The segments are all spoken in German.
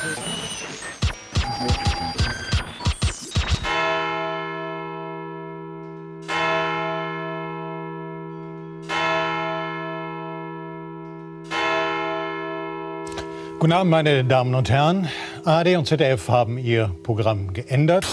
Guten Abend, meine Damen und Herren. ARD und ZDF haben ihr Programm geändert.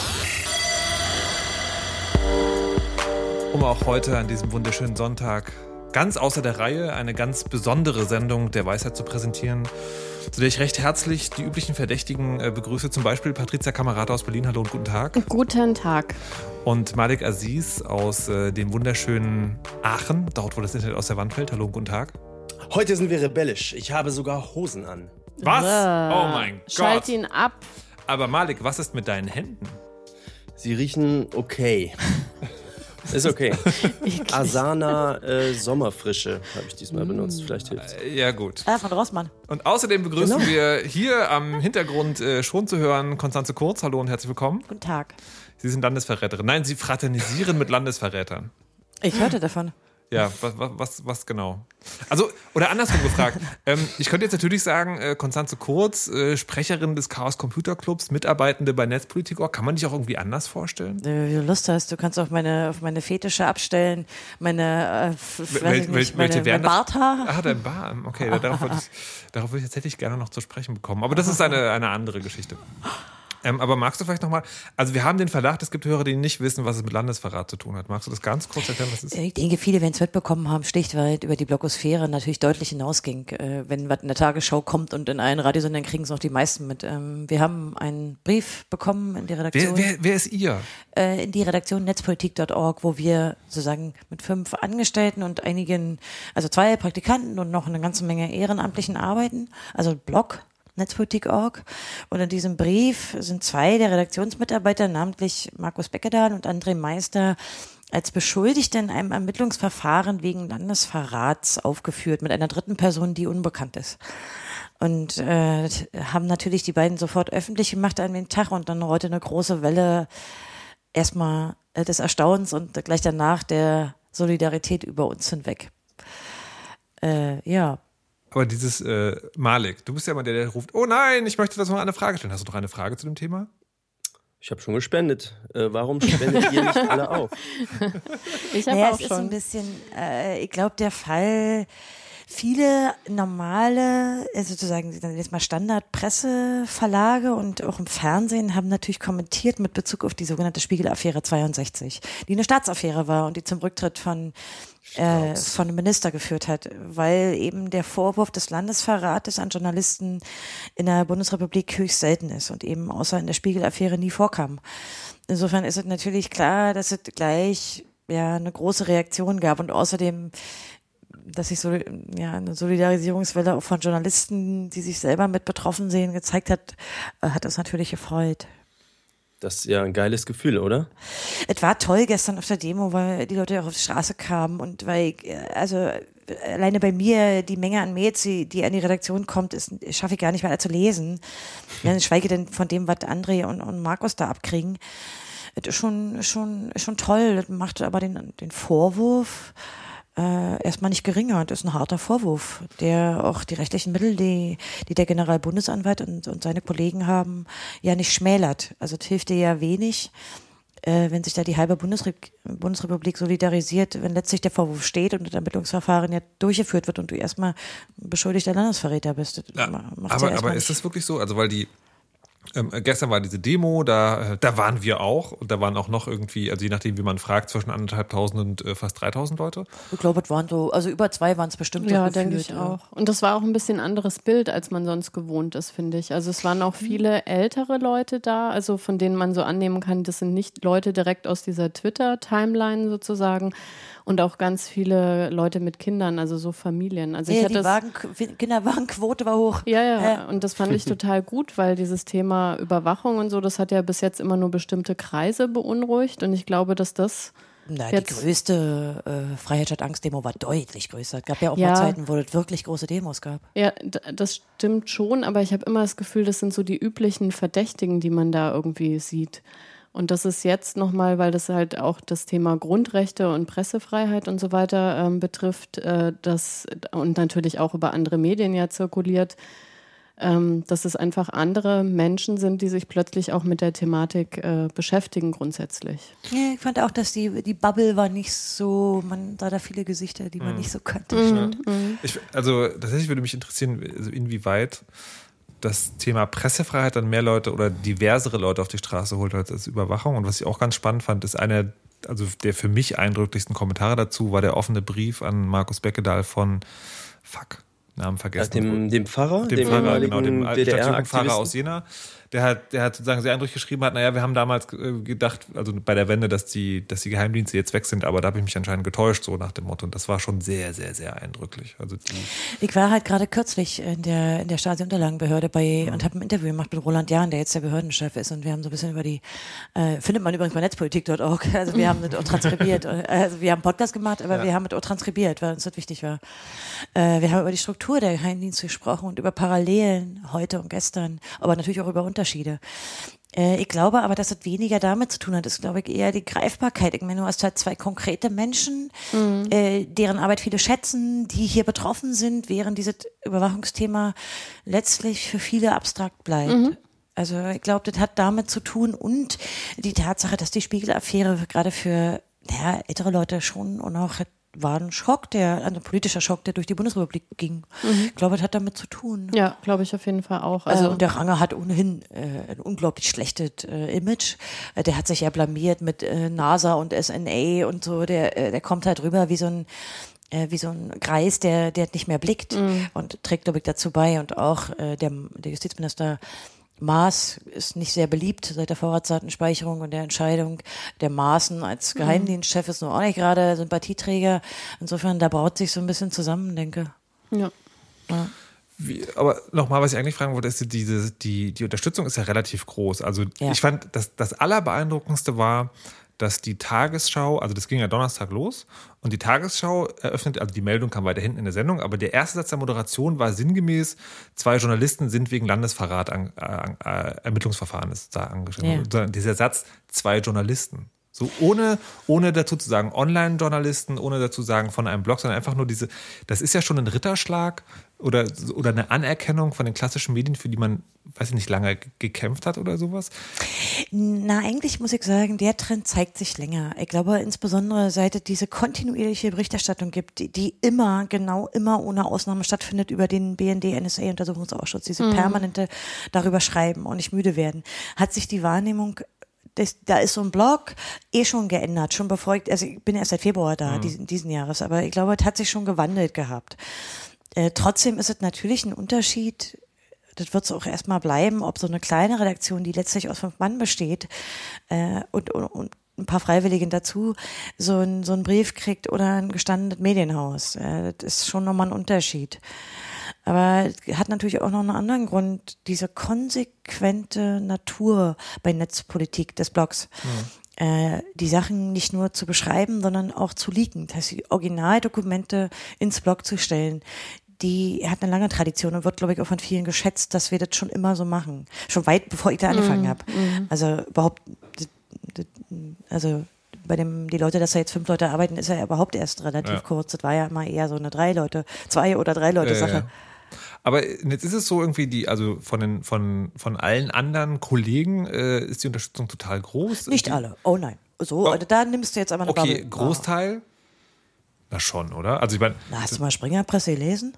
Um auch heute an diesem wunderschönen Sonntag ganz außer der Reihe eine ganz besondere Sendung der Weisheit zu präsentieren, zu der ich recht herzlich die üblichen Verdächtigen begrüße. Zum Beispiel Patricia Kamerata aus Berlin. Hallo und guten Tag. Guten Tag. Und Malik Aziz aus dem wunderschönen Aachen, dort wo das Internet aus der Wand fällt. Hallo und guten Tag. Heute sind wir rebellisch. Ich habe sogar Hosen an. Was? Oh mein Gott. Schalt ihn ab. Aber Malik, was ist mit deinen Händen? Sie riechen okay. Ist okay. Asana Sommerfrische habe ich diesmal benutzt. Vielleicht hilft's. Ja, gut. Von Rossmann. Und außerdem begrüßen wir hier am Hintergrund schon zu hören Konstanze Kurz. Hallo und herzlich willkommen. Guten Tag. Sie sind Landesverräterin. Nein, Sie fraternisieren mit Landesverrätern. Ich hörte davon. Ja, was genau? Also, oder andersrum gefragt. Ich könnte jetzt natürlich sagen, Konstanze Kurz, Sprecherin des Chaos Computer Clubs, Mitarbeitende bei Netzpolitik.org. Kann man dich auch irgendwie anders vorstellen? Wie du Lust hast, du kannst auf meine Fetische abstellen, mein Barthaar. Ah, dein Bart. Okay, darauf würde ich jetzt gerne noch zu sprechen bekommen. Aber das ist eine andere Geschichte. Aber magst du vielleicht nochmal, also wir haben den Verdacht, es gibt Hörer, die nicht wissen, was es mit Landesverrat zu tun hat. Magst du das ganz kurz erklären, was es ist? Ich denke, viele werden es mitbekommen haben, schlichtweit über die Blogosphäre natürlich deutlich hinausging. Wenn was in der Tagesschau kommt und in allen Radiosendern kriegen es noch die meisten mit. Wir haben einen Brief bekommen in die Redaktion. Wer ist ihr? In die Redaktion Netzpolitik.org, wo wir sozusagen mit 5 Angestellten und einigen, also 2 Praktikanten und noch eine ganze Menge Ehrenamtlichen arbeiten, also Blog. Netzpolitik.org. Und in diesem Brief sind 2 der Redaktionsmitarbeiter, namentlich Markus Beckedahl und André Meister, als Beschuldigte in einem Ermittlungsverfahren wegen Landesverrats aufgeführt, mit einer dritten Person, die unbekannt ist. Und haben natürlich die beiden sofort öffentlich gemacht an dem Tag und dann rollte eine große Welle erstmal des Erstaunens und gleich danach der Solidarität über uns hinweg. Ja. Aber dieses Malik, du bist ja immer der ruft, oh nein, ich möchte dazu noch eine Frage stellen. Hast du noch eine Frage zu dem Thema? Ich habe schon gespendet. Warum spendet ihr nicht alle auf? Ich habe auch es schon. ist ein bisschen, ich glaube, der Fall, viele normale, sozusagen jetzt mal Standardpresseverlage und auch im Fernsehen haben natürlich kommentiert mit Bezug auf die sogenannte Spiegel-Affäre 62, die eine Staatsaffäre war und die zum Rücktritt von einem Minister geführt hat, weil eben der Vorwurf des Landesverrates an Journalisten in der Bundesrepublik höchst selten ist und eben außer in der Spiegel-Affäre nie vorkam. Insofern ist es natürlich klar, dass es gleich eine große Reaktion gab und außerdem, dass sich eine Solidarisierungswelle auch von Journalisten, die sich selber mit betroffen sehen, gezeigt hat, hat uns natürlich gefreut. Das ist ja ein geiles Gefühl, oder? Es war toll gestern auf der Demo, weil die Leute auch auf die Straße kamen und weil alleine bei mir die Menge an Mails, die an die Redaktion kommt, schaffe ich gar nicht mehr zu lesen. Ja, schweige denn von dem, was André und Markus da abkriegen. Das ist schon toll. Das macht aber den Vorwurf erstmal nicht geringer. Das ist ein harter Vorwurf, der auch die rechtlichen Mittel, die der Generalbundesanwalt und seine Kollegen haben, ja nicht schmälert. Also es hilft dir ja wenig, wenn sich da die halbe Bundesrepublik solidarisiert, wenn letztlich der Vorwurf steht und das Ermittlungsverfahren ja durchgeführt wird und du erstmal beschuldigter Landesverräter bist. Aber ist das wirklich so? Also weil gestern war diese Demo, da waren wir auch und da waren auch noch irgendwie, also je nachdem wie man fragt, zwischen 1.500 und fast 3.000 Leute. Ich glaube, es waren so, also über 2 waren es bestimmt. Ja, denke ich auch. Und das war auch ein bisschen anderes Bild, als man sonst gewohnt ist, finde ich. Also es waren auch viele ältere Leute da, also von denen man so annehmen kann, das sind nicht Leute direkt aus dieser Twitter-Timeline sozusagen. Und auch ganz viele Leute mit Kindern, also so Familien. Also Kinderwagenquote war hoch. Ja, und das fand ich total gut, weil dieses Thema Überwachung und so, das hat ja bis jetzt immer nur bestimmte Kreise beunruhigt. Und ich glaube, dass das die größte Freiheit statt Angst-Demo war deutlich größer. Es gab ja auch mal Zeiten, wo es wirklich große Demos gab. Ja, das stimmt schon, aber ich habe immer das Gefühl, das sind so die üblichen Verdächtigen, die man da irgendwie sieht. Und das ist jetzt nochmal, weil das halt auch das Thema Grundrechte und Pressefreiheit und so weiter betrifft, und natürlich auch über andere Medien ja zirkuliert, dass es einfach andere Menschen sind, die sich plötzlich auch mit der Thematik beschäftigen grundsätzlich. Ja, ich fand auch, dass die Bubble war nicht so, man sah da viele Gesichter, die man nicht so kannte. Also tatsächlich würde mich interessieren, also inwieweit das Thema Pressefreiheit dann mehr Leute oder diversere Leute auf die Straße holt als Überwachung. Und was ich auch ganz spannend fand, ist einer, also der für mich eindrücklichsten Kommentare dazu war der offene Brief an Markus Beckedahl von Namen vergessen. Dem Pfarrer? Dem Pfarrer, genau, dem DDR-Aktivisten aus Jena. Der hat sozusagen sehr eindrücklich geschrieben, wir haben damals gedacht, also bei der Wende, dass die Geheimdienste jetzt weg sind, aber da habe ich mich anscheinend getäuscht, so nach dem Motto. Und das war schon sehr, sehr, sehr eindrücklich. Also ich war halt gerade kürzlich in der Stasi-Unterlagenbehörde und habe ein Interview gemacht mit Roland Jahn, der jetzt der Behördenchef ist, und wir haben so ein bisschen über findet man übrigens bei Netzpolitik dort auch, also wir haben das auch transkribiert, also wir haben einen Podcast gemacht, aber wir haben es auch transkribiert, weil uns das wichtig war. Wir haben über die Struktur der Geheimdienste gesprochen und über Parallelen heute und gestern, aber natürlich auch über Unterschiede. Ich glaube aber, dass es weniger damit zu tun hat. Das ist, glaube ich, eher die Greifbarkeit. Ich meine, du hast halt zwei konkrete Menschen, deren Arbeit viele schätzen, die hier betroffen sind, während dieses Überwachungsthema letztlich für viele abstrakt bleibt. Also ich glaube, das hat damit zu tun und die Tatsache, dass die Spiegel-Affäre gerade für ältere Leute schon und auch war ein Schock, ein politischer Schock, der durch die Bundesrepublik ging. Ich glaube, das hat damit zu tun. Ja, glaube ich auf jeden Fall auch. Und der Ranger hat ohnehin ein unglaublich schlechtes Image. Der hat sich ja blamiert mit NASA und SNA und so. Der kommt halt rüber wie so ein Greis, der nicht mehr blickt und trägt, glaube ich, dazu bei. Und auch der Justizminister Maas ist nicht sehr beliebt seit der Vorratsdatenspeicherung und der Entscheidung. Der Maaßen als Geheimdienstchef ist nur auch nicht gerade Sympathieträger. Insofern, da braut sich so ein bisschen zusammen, denke. Ja. Aber nochmal, was ich eigentlich fragen wollte, ist, die Unterstützung ist ja relativ groß. Also ich fand, das Allerbeeindruckendste war, dass die Tagesschau, also das ging ja Donnerstag los, und die Tagesschau eröffnet, also die Meldung kam weiter hinten in der Sendung, aber der erste Satz der Moderation war sinngemäß, 2 Journalisten sind wegen Landesverrat Ermittlungsverfahren ist da angestellt. Ja. Dieser Satz, 2 Journalisten. So ohne dazu zu sagen Online-Journalisten, ohne dazu zu sagen von einem Blog, sondern einfach nur das ist ja schon ein Ritterschlag oder eine Anerkennung von den klassischen Medien, für die man, weiß ich nicht, lange gekämpft hat oder sowas? Na, eigentlich muss ich sagen, der Trend zeigt sich länger. Ich glaube, insbesondere seit es diese kontinuierliche Berichterstattung gibt, die immer ohne Ausnahme stattfindet über den BND-NSA-Untersuchungsausschuss, diese permanente darüber schreiben und nicht müde werden, hat sich die Wahrnehmung, da ist so ein Blog schon geändert, schon bevor ich bin erst seit Februar da, diesen Jahres, aber ich glaube, es hat sich schon gewandelt gehabt. Trotzdem ist es natürlich ein Unterschied, das wird es auch erstmal bleiben, ob so eine kleine Redaktion, die letztlich aus 5 Mann besteht und ein paar Freiwilligen dazu, so einen Brief kriegt oder ein gestandenes Medienhaus. Das ist schon nochmal ein Unterschied. Aber es hat natürlich auch noch einen anderen Grund, diese konsequente Natur bei Netzpolitik des Blogs. Die Sachen nicht nur zu beschreiben, sondern auch zu leaken. Das heißt, die Originaldokumente ins Blog zu stellen, die hat eine lange Tradition und wird, glaube ich, auch von vielen geschätzt, dass wir das schon immer so machen. Schon weit bevor ich da angefangen habe. Also überhaupt, die Leute, dass da jetzt 5 Leute arbeiten, ist ja überhaupt erst relativ kurz. Das war ja immer eher so eine 2 oder 3 Leute Sache. Ja. Aber jetzt ist es so irgendwie, also von allen anderen Kollegen ist die Unterstützung total groß. Nicht alle. Oh nein. So, da nimmst du jetzt aber eine Bubble. Okay, Großteil? Na schon, oder? Also ich meine, hast du mal Springerpresse gelesen?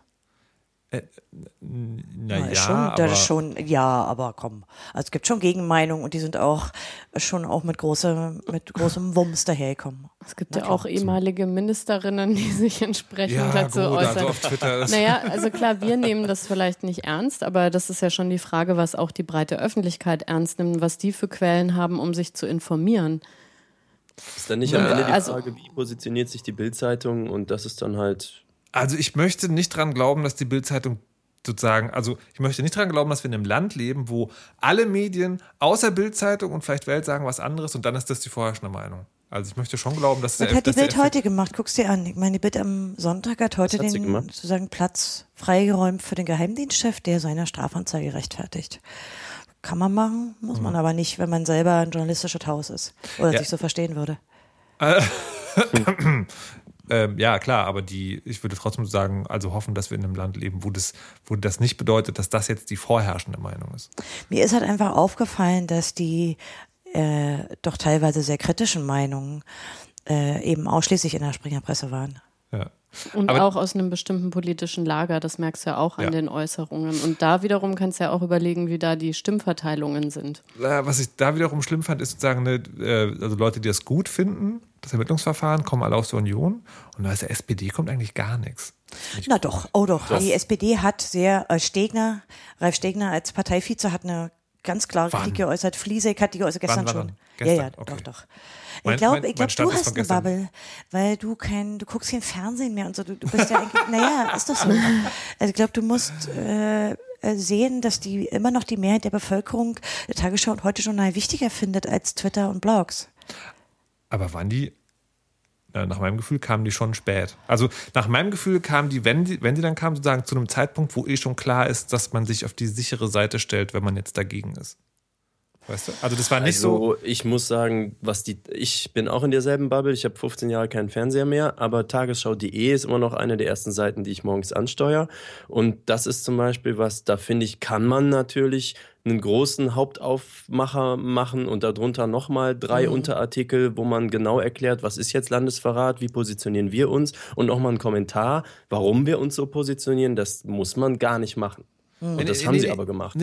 Aber komm. Also es gibt schon Gegenmeinungen und die sind auch mit großem Wumms dahergekommen. Es gibt ja auch ehemalige Ministerinnen, die sich entsprechend dazu äußern. Also auf Twitter naja, also klar, wir nehmen das vielleicht nicht ernst, aber das ist ja schon die Frage, was auch die breite Öffentlichkeit ernst nimmt, was die für Quellen haben, um sich zu informieren. Ist dann nicht am Ende die Frage, wie positioniert sich die Bild-Zeitung, und das ist dann halt... Also ich möchte nicht dran glauben, dass die Bild-Zeitung sozusagen, also ich möchte nicht dran glauben, dass wir in einem Land leben, wo alle Medien außer Bild-Zeitung und vielleicht Welt sagen was anderes und dann ist das die vorherrschende Meinung. Also ich möchte schon glauben, dass... Was hat die Bild heute gemacht? Guck's dir an. Ich meine, die Bild am Sonntag hat heute den sozusagen Platz freigeräumt für den Geheimdienstchef, der seine Strafanzeige rechtfertigt. Kann man machen, muss man aber nicht, wenn man selber ein journalistisches Haus ist oder sich so verstehen würde. Ja, klar, aber ich würde trotzdem sagen, also hoffen, dass wir in einem Land leben, wo das nicht bedeutet, dass das jetzt die vorherrschende Meinung ist. Mir ist halt einfach aufgefallen, dass die doch teilweise sehr kritischen Meinungen eben ausschließlich in der Springerpresse waren. Ja. Und aber auch aus einem bestimmten politischen Lager, das merkst du ja auch an den Äußerungen. Und da wiederum kannst du ja auch überlegen, wie da die Stimmverteilungen sind. Was ich da wiederum schlimm fand, ist sozusagen, also Leute, die das gut finden, das Ermittlungsverfahren, kommen alle aus der Union und aus der SPD kommt eigentlich gar nichts. Na doch, Die SPD hat Ralf Stegner als Parteivize hat eine ganz klare Kritik geäußert. Fliesek hat die geäußert gestern schon. Gestern? Ja, okay. doch. Ich glaube, du hast eine Bubble, weil du guckst kein Fernsehen mehr und so. Du bist ja eigentlich, ist doch so. Also ich glaube, du musst sehen, dass immer noch die Mehrheit der Bevölkerung Tagesschau und Heute-Journal wichtiger findet als Twitter und Blogs. Aber waren die, nach meinem Gefühl, kamen die schon spät. Also nach meinem Gefühl kamen die, wenn sie dann kamen, sozusagen zu einem Zeitpunkt, wo schon klar ist, dass man sich auf die sichere Seite stellt, wenn man jetzt dagegen ist. Weißt du? Also das war nicht so. Ich muss sagen, ich bin auch in derselben Bubble. Ich habe 15 Jahre keinen Fernseher mehr, aber tagesschau.de ist immer noch eine der ersten Seiten, die ich morgens ansteuere. Und das ist zum Beispiel was, da finde ich, kann man natürlich einen großen Hauptaufmacher machen und darunter nochmal 3 Unterartikel, wo man genau erklärt, was ist jetzt Landesverrat, wie positionieren wir uns und nochmal einen Kommentar, warum wir uns so positionieren. Das muss man gar nicht machen. Und das haben sie aber gemacht.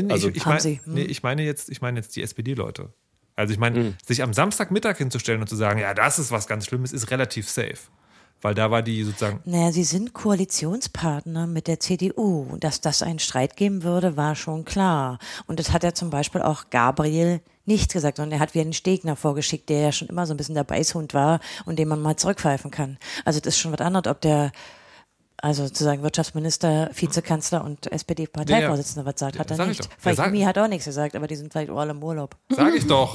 Ich meine jetzt die SPD-Leute. Also ich meine, sich am Samstagmittag hinzustellen und zu sagen, ja, das ist was ganz Schlimmes, ist relativ safe. Weil da war die sozusagen... Naja, sie sind Koalitionspartner mit der CDU. Dass das einen Streit geben würde, war schon klar. Und das hat ja zum Beispiel auch Gabriel nicht gesagt, sondern er hat wie einen Stegner vorgeschickt, der ja schon immer so ein bisschen der Beißhund war und den man mal zurückpfeifen kann. Also das ist schon was anderes, ob der... Also sozusagen Wirtschaftsminister, Vizekanzler und SPD-Parteivorsitzender was sagt, hat er nicht. Fahimi hat auch nichts gesagt, aber die sind vielleicht alle im Urlaub. Sag ich doch.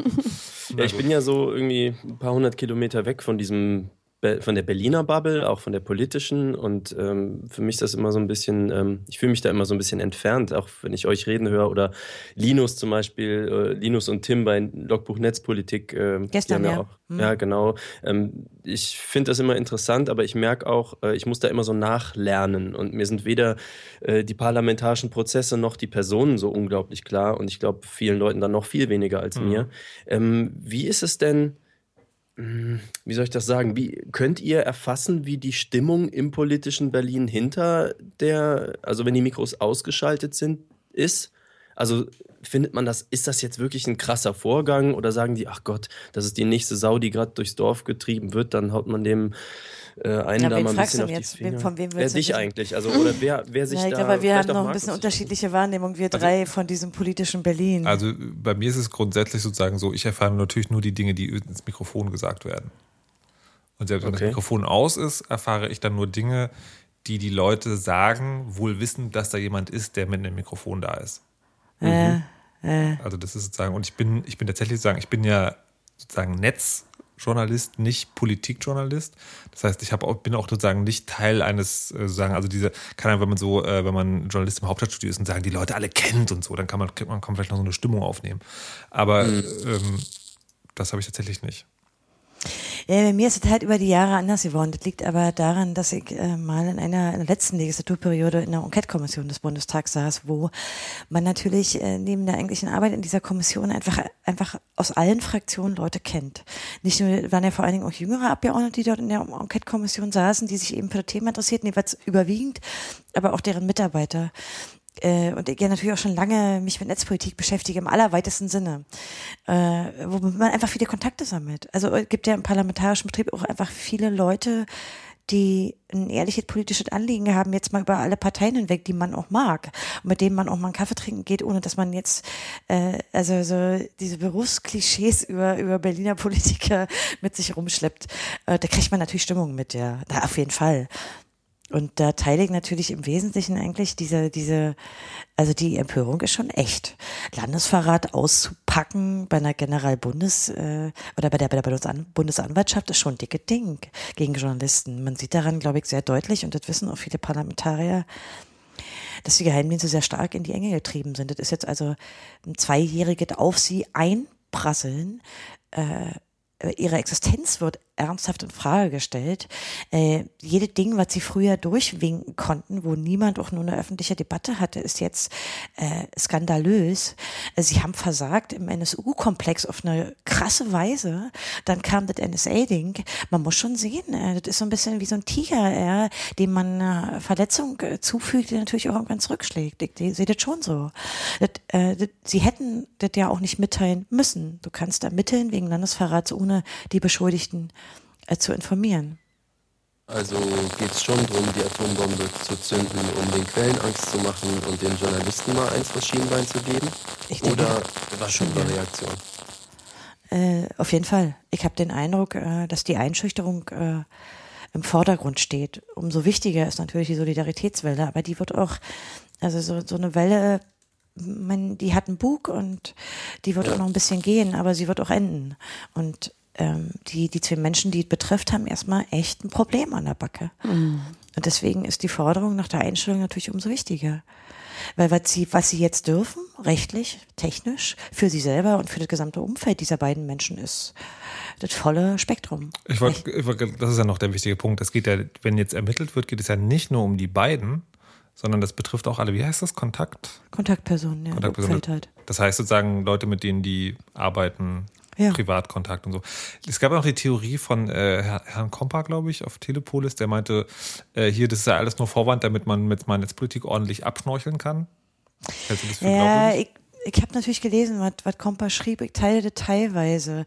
Ja, ich bin ja so irgendwie ein paar 100 Kilometer weg von der Berliner Bubble, auch von der politischen, und für mich ist das immer so ein bisschen, ich fühle mich da immer so ein bisschen entfernt, auch wenn ich euch reden höre oder Linus zum Beispiel, Linus und Tim bei Logbuch Netzpolitik. Gestern, ja. Ja, genau. Ich finde das immer interessant, aber ich merke auch, ich muss da immer so nachlernen und mir sind weder die parlamentarischen Prozesse noch die Personen so unglaublich klar und ich glaube vielen Leuten dann noch viel weniger als mir. Wie ist es denn, wie soll ich das sagen? Wie könnt ihr erfassen, wie die Stimmung im politischen Berlin also wenn die Mikros ausgeschaltet sind, ist? Also findet man ist das jetzt wirklich ein krasser Vorgang oder sagen die, ach Gott, das ist die nächste Sau, die gerade durchs Dorf getrieben wird, dann haut man dem einen da mal ein bisschen auf die Finger. Von wem willst du dich eigentlich? Also, oder wer sich da... Ich glaube, wir haben noch ein bisschen unterschiedliche Wahrnehmung, wir drei von diesem politischen Berlin. Also bei mir ist es grundsätzlich sozusagen so, ich erfahre natürlich nur die Dinge, die ins Mikrofon gesagt werden. Und selbst wenn das Mikrofon aus ist, erfahre ich dann nur Dinge, die die Leute sagen, wohl wissend, dass da jemand ist, der mit einem Mikrofon da ist. Also das ist sozusagen, und ich bin tatsächlich sozusagen, ich bin ja sozusagen Netzjournalist, nicht Politikjournalist. Das heißt, bin auch sozusagen nicht Teil eines, sozusagen, also wenn man Journalist im Hauptstadtstudio ist und sagen, die Leute alle kennt und so, dann kann man vielleicht noch so eine Stimmung aufnehmen. Aber das habe ich tatsächlich nicht. Ja, mir ist es halt über die Jahre anders geworden. Das liegt aber daran, dass ich mal in der letzten Legislaturperiode in der Enquete-Kommission des Bundestags saß, wo man natürlich neben der eigentlichen Arbeit in dieser Kommission einfach aus allen Fraktionen Leute kennt. Nicht nur, waren ja vor allen Dingen auch jüngere Abgeordnete, die dort in der Enquete-Kommission saßen, die sich eben für das Thema interessierten, jeweils überwiegend, aber auch deren Mitarbeiter. Und ich ja natürlich auch schon lange mich mit Netzpolitik beschäftige, im allerweitesten Sinne, wo man einfach viele Kontakte sammelt. Also es gibt ja im parlamentarischen Betrieb auch einfach viele Leute, die ein ehrliches politisches Anliegen haben, jetzt mal über alle Parteien hinweg, die man auch mag und mit denen man auch mal einen Kaffee trinken geht, ohne dass man jetzt also so diese Berufsklischees über Berliner Politiker mit sich rumschleppt. Da kriegt man natürlich Stimmung mit, ja, da auf jeden Fall. Und da teile ich natürlich im Wesentlichen eigentlich also die Empörung ist schon echt. Landesverrat auszupacken bei einer oder bei der Bundesanwaltschaft ist schon ein dickes Ding gegen Journalisten. Man sieht daran, glaube ich, sehr deutlich, und das wissen auch viele Parlamentarier, dass die Geheimdienste sehr stark in die Enge getrieben sind. Das ist jetzt also ein 2-jähriges auf sie einprasseln. Ihre Existenz wird ernsthaft in Frage gestellt. Jede Ding, was sie früher durchwinken konnten, wo niemand auch nur eine öffentliche Debatte hatte, ist jetzt skandalös. Sie haben versagt im NSU-Komplex auf eine krasse Weise. Dann kam das NSA-Ding. Man muss schon sehen, das ist so ein bisschen wie so ein Tiger, dem man eine Verletzung zufügt, die natürlich auch irgendwann zurückschlägt. Ich sehe das schon so. Sie hätten das ja auch nicht mitteilen müssen. Du kannst ermitteln wegen Landesverrats, ohne die Beschuldigten zu informieren. Also geht es schon darum, die Atombombe zu zünden, um den Quellen Angst zu machen und den Journalisten mal eins vors Schienbein zu geben? Oder was schon eine Reaktion? Auf jeden Fall. Ich habe den Eindruck, dass die Einschüchterung im Vordergrund steht. Umso wichtiger ist natürlich die Solidaritätswelle, aber die wird auch, also so eine Welle, die hat einen Bug und die wird auch noch ein bisschen gehen, aber sie wird auch enden. Und die zwei Menschen, die es betrifft, haben erstmal echt ein Problem an der Backe. Mhm. Und deswegen ist die Forderung nach der Einstellung natürlich umso wichtiger. Weil was sie jetzt dürfen, rechtlich, technisch, für sie selber und für das gesamte Umfeld dieser beiden Menschen ist das volle Spektrum. Das ist ja noch der wichtige Punkt. Es geht ja, wenn jetzt ermittelt wird, geht es ja nicht nur um die beiden, sondern das betrifft auch alle, wie heißt das, Kontaktpersonen, ja. Kontaktpersonen. Halt. Das heißt sozusagen Leute, mit denen die arbeiten, Privatkontakt und so. Es gab auch die Theorie von Herrn Kompa, glaube ich, auf Telepolis, der meinte, hier, das ist ja alles nur Vorwand, damit man mit meiner Netzpolitik ordentlich abschnorcheln kann. Hältst du das für glaubwürdig? Ich habe natürlich gelesen, was Kompa schrieb, ich teile das teilweise.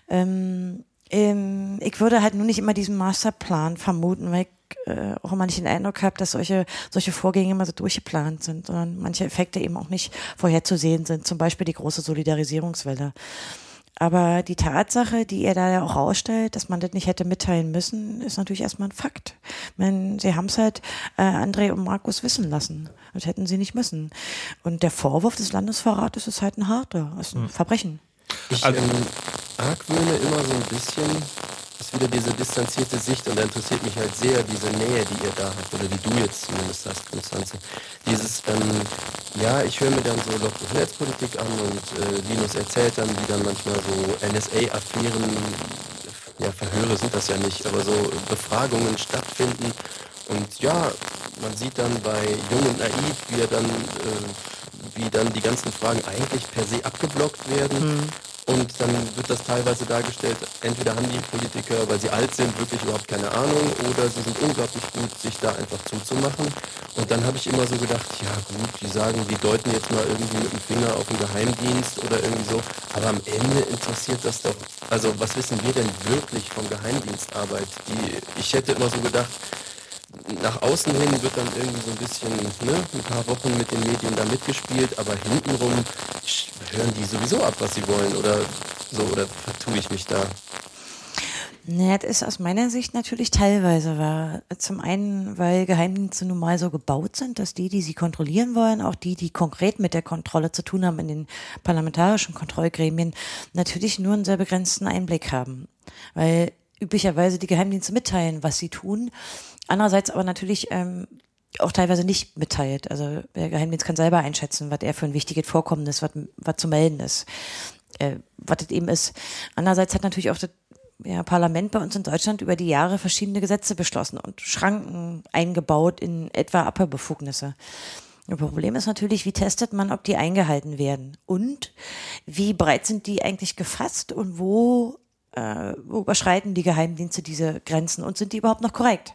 Ich würde halt nur nicht immer diesen Masterplan vermuten, weil ich auch immer nicht den Eindruck habe, dass solche Vorgänge immer so durchgeplant sind, sondern manche Effekte eben auch nicht vorherzusehen sind, zum Beispiel die große Solidarisierungswelle. Aber die Tatsache, die er da ja auch rausstellt, dass man das nicht hätte mitteilen müssen, ist natürlich erstmal ein Fakt. Ich meine, sie haben es halt André und Markus wissen lassen. Das hätten sie nicht müssen. Und der Vorwurf des Landesverrates ist halt ein harter, ist ein Verbrechen. Ich argwöhne immer so ein bisschen, ist wieder diese distanzierte Sicht und da interessiert mich halt sehr diese Nähe, die ihr da habt, oder die du jetzt zumindest hast, Constanze. Dieses, ich höre mir dann so lockere Netzpolitik an und Linus erzählt dann, wie dann manchmal so NSA-Affären, Verhöre sind das ja nicht, aber so Befragungen stattfinden und man sieht dann bei Jung und Naiv, wie dann die ganzen Fragen eigentlich per se abgeblockt werden. Und dann wird das teilweise dargestellt, entweder haben die Politiker, weil sie alt sind, wirklich überhaupt keine Ahnung, oder sie sind unglaublich gut, sich da einfach zuzumachen. Und dann habe ich immer so gedacht, ja gut, die sagen, die deuten jetzt mal irgendwie mit dem Finger auf den Geheimdienst oder irgendwie so. Aber am Ende interessiert das doch, also was wissen wir denn wirklich von Geheimdienstarbeit? Ich hätte immer so gedacht, nach außen hin wird dann irgendwie so ein bisschen, ein paar Wochen mit den Medien da mitgespielt, aber hintenrum hören die sowieso ab, was sie wollen oder so, oder vertue ich mich da? Das ist aus meiner Sicht natürlich teilweise wahr. Zum einen, weil Geheimdienste nun mal so gebaut sind, dass die sie kontrollieren wollen, auch die konkret mit der Kontrolle zu tun haben in den parlamentarischen Kontrollgremien, natürlich nur einen sehr begrenzten Einblick haben. Weil üblicherweise die Geheimdienste mitteilen, was sie tun, andererseits aber natürlich auch teilweise nicht mitteilt. Also der Geheimdienst kann selber einschätzen, was er für ein wichtiges Vorkommnis, was zu melden ist, was das eben ist. Andererseits hat natürlich auch das Parlament bei uns in Deutschland über die Jahre verschiedene Gesetze beschlossen und Schranken eingebaut in etwa Abhörbefugnisse. Das Problem ist natürlich, wie testet man, ob die eingehalten werden und wie breit sind die eigentlich gefasst und wo überschreiten die Geheimdienste diese Grenzen und sind die überhaupt noch korrekt?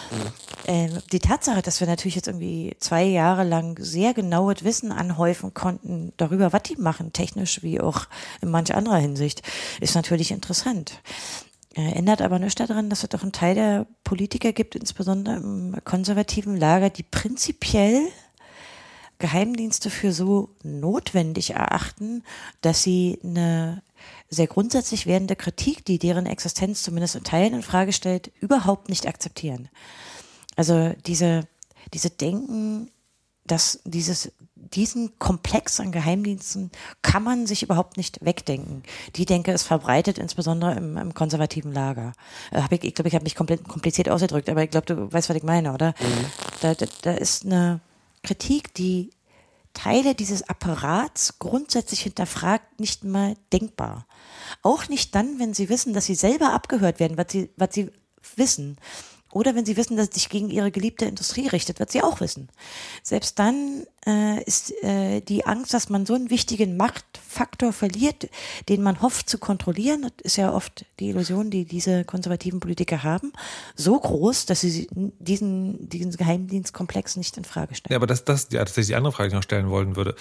Die Tatsache, dass wir natürlich jetzt irgendwie 2 Jahre lang sehr genaues Wissen anhäufen konnten darüber, was die machen, technisch wie auch in manch anderer Hinsicht, ist natürlich interessant. Ändert aber nichts daran, dass es doch einen Teil der Politiker gibt, insbesondere im konservativen Lager, die prinzipiell Geheimdienste für so notwendig erachten, dass sie eine sehr grundsätzlich werdende Kritik, die deren Existenz zumindest in Teilen in Frage stellt, überhaupt nicht akzeptieren. Also diese Denken, dass diesen Komplex an Geheimdiensten kann man sich überhaupt nicht wegdenken. Die Denke ist verbreitet, insbesondere im konservativen Lager. Ich glaube, ich habe mich komplett kompliziert ausgedrückt, aber ich glaube, du weißt, was ich meine, oder? Da ist eine Kritik, die Teile dieses Apparats grundsätzlich hinterfragt, nicht mal denkbar. Auch nicht dann, wenn sie wissen, dass sie selber abgehört werden, was sie wissen. Oder wenn sie wissen, dass es sich gegen ihre geliebte Industrie richtet, wird sie auch wissen. Selbst dann ist die Angst, dass man so einen wichtigen Machtfaktor verliert, den man hofft zu kontrollieren, das ist ja oft die Illusion, die diese konservativen Politiker haben, so groß, dass sie diesen Geheimdienstkomplex nicht in Frage stellen. Ja, aber das ist ja tatsächlich die andere Frage, die ich noch stellen wollen würde.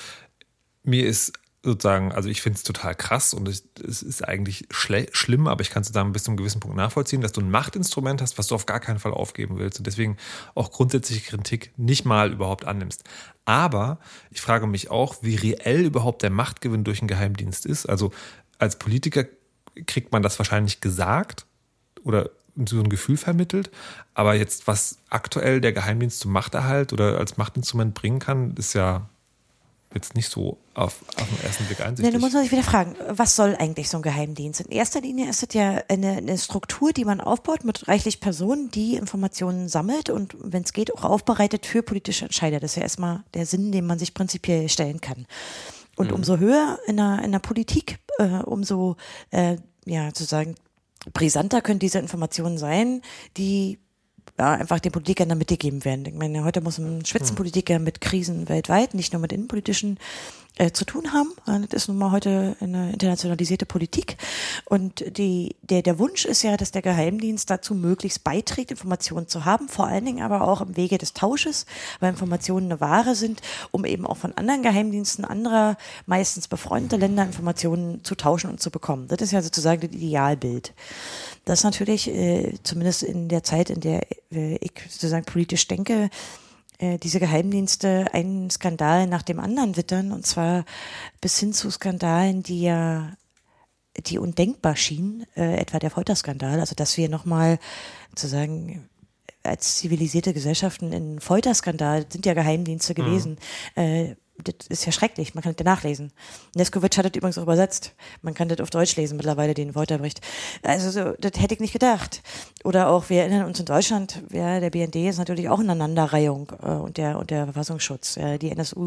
Mir ist sozusagen, also ich finde es total krass und es ist eigentlich schlimm, aber ich kann es sozusagen bis zu einem gewissen Punkt nachvollziehen, dass du ein Machtinstrument hast, was du auf gar keinen Fall aufgeben willst und deswegen auch grundsätzliche Kritik nicht mal überhaupt annimmst. Aber ich frage mich auch, wie reell überhaupt der Machtgewinn durch einen Geheimdienst ist. Also als Politiker kriegt man das wahrscheinlich gesagt oder so ein Gefühl vermittelt, aber jetzt, was aktuell der Geheimdienst zum Machterhalt oder als Machtinstrument bringen kann, ist ja jetzt nicht so auf den ersten Blick einsichtig. Nee, du musst dich wieder fragen, was soll eigentlich so ein Geheimdienst? In erster Linie ist es ja eine Struktur, die man aufbaut mit reichlich Personen, die Informationen sammelt und, wenn es geht, auch aufbereitet für politische Entscheider. Das ist ja erstmal der Sinn, den man sich prinzipiell stellen kann. Und umso höher in der Politik, umso sozusagen brisanter können diese Informationen sein, die einfach den Politikern in der Mitte gegeben werden. Ich meine, heute muss ein Spitzenpolitiker mit Krisen weltweit, nicht nur mit innenpolitischen, zu tun haben. Das ist nun mal heute eine internationalisierte Politik. Und der Wunsch ist ja, dass der Geheimdienst dazu möglichst beiträgt, Informationen zu haben, vor allen Dingen aber auch im Wege des Tausches, weil Informationen eine Ware sind, um eben auch von anderen Geheimdiensten anderer, meistens befreundete Länder, Informationen zu tauschen und zu bekommen. Das ist ja sozusagen das Idealbild. Das natürlich, zumindest in der Zeit, in der ich sozusagen politisch denke, diese Geheimdienste einen Skandal nach dem anderen wittern, und zwar bis hin zu Skandalen, die undenkbar schienen, etwa der Folterskandal, also dass wir nochmal sozusagen als zivilisierte Gesellschaften in Folterskandal sind ja Geheimdienste gewesen. Das ist ja schrecklich, man kann das ja nachlesen. Neskowitsch hat das übrigens auch übersetzt. Man kann das auf Deutsch lesen mittlerweile, den Folterbericht. Also so, das hätte ich nicht gedacht. Oder auch, wir erinnern uns in Deutschland, der BND ist natürlich auch in Aneinanderreihung und der Verfassungsschutz. Die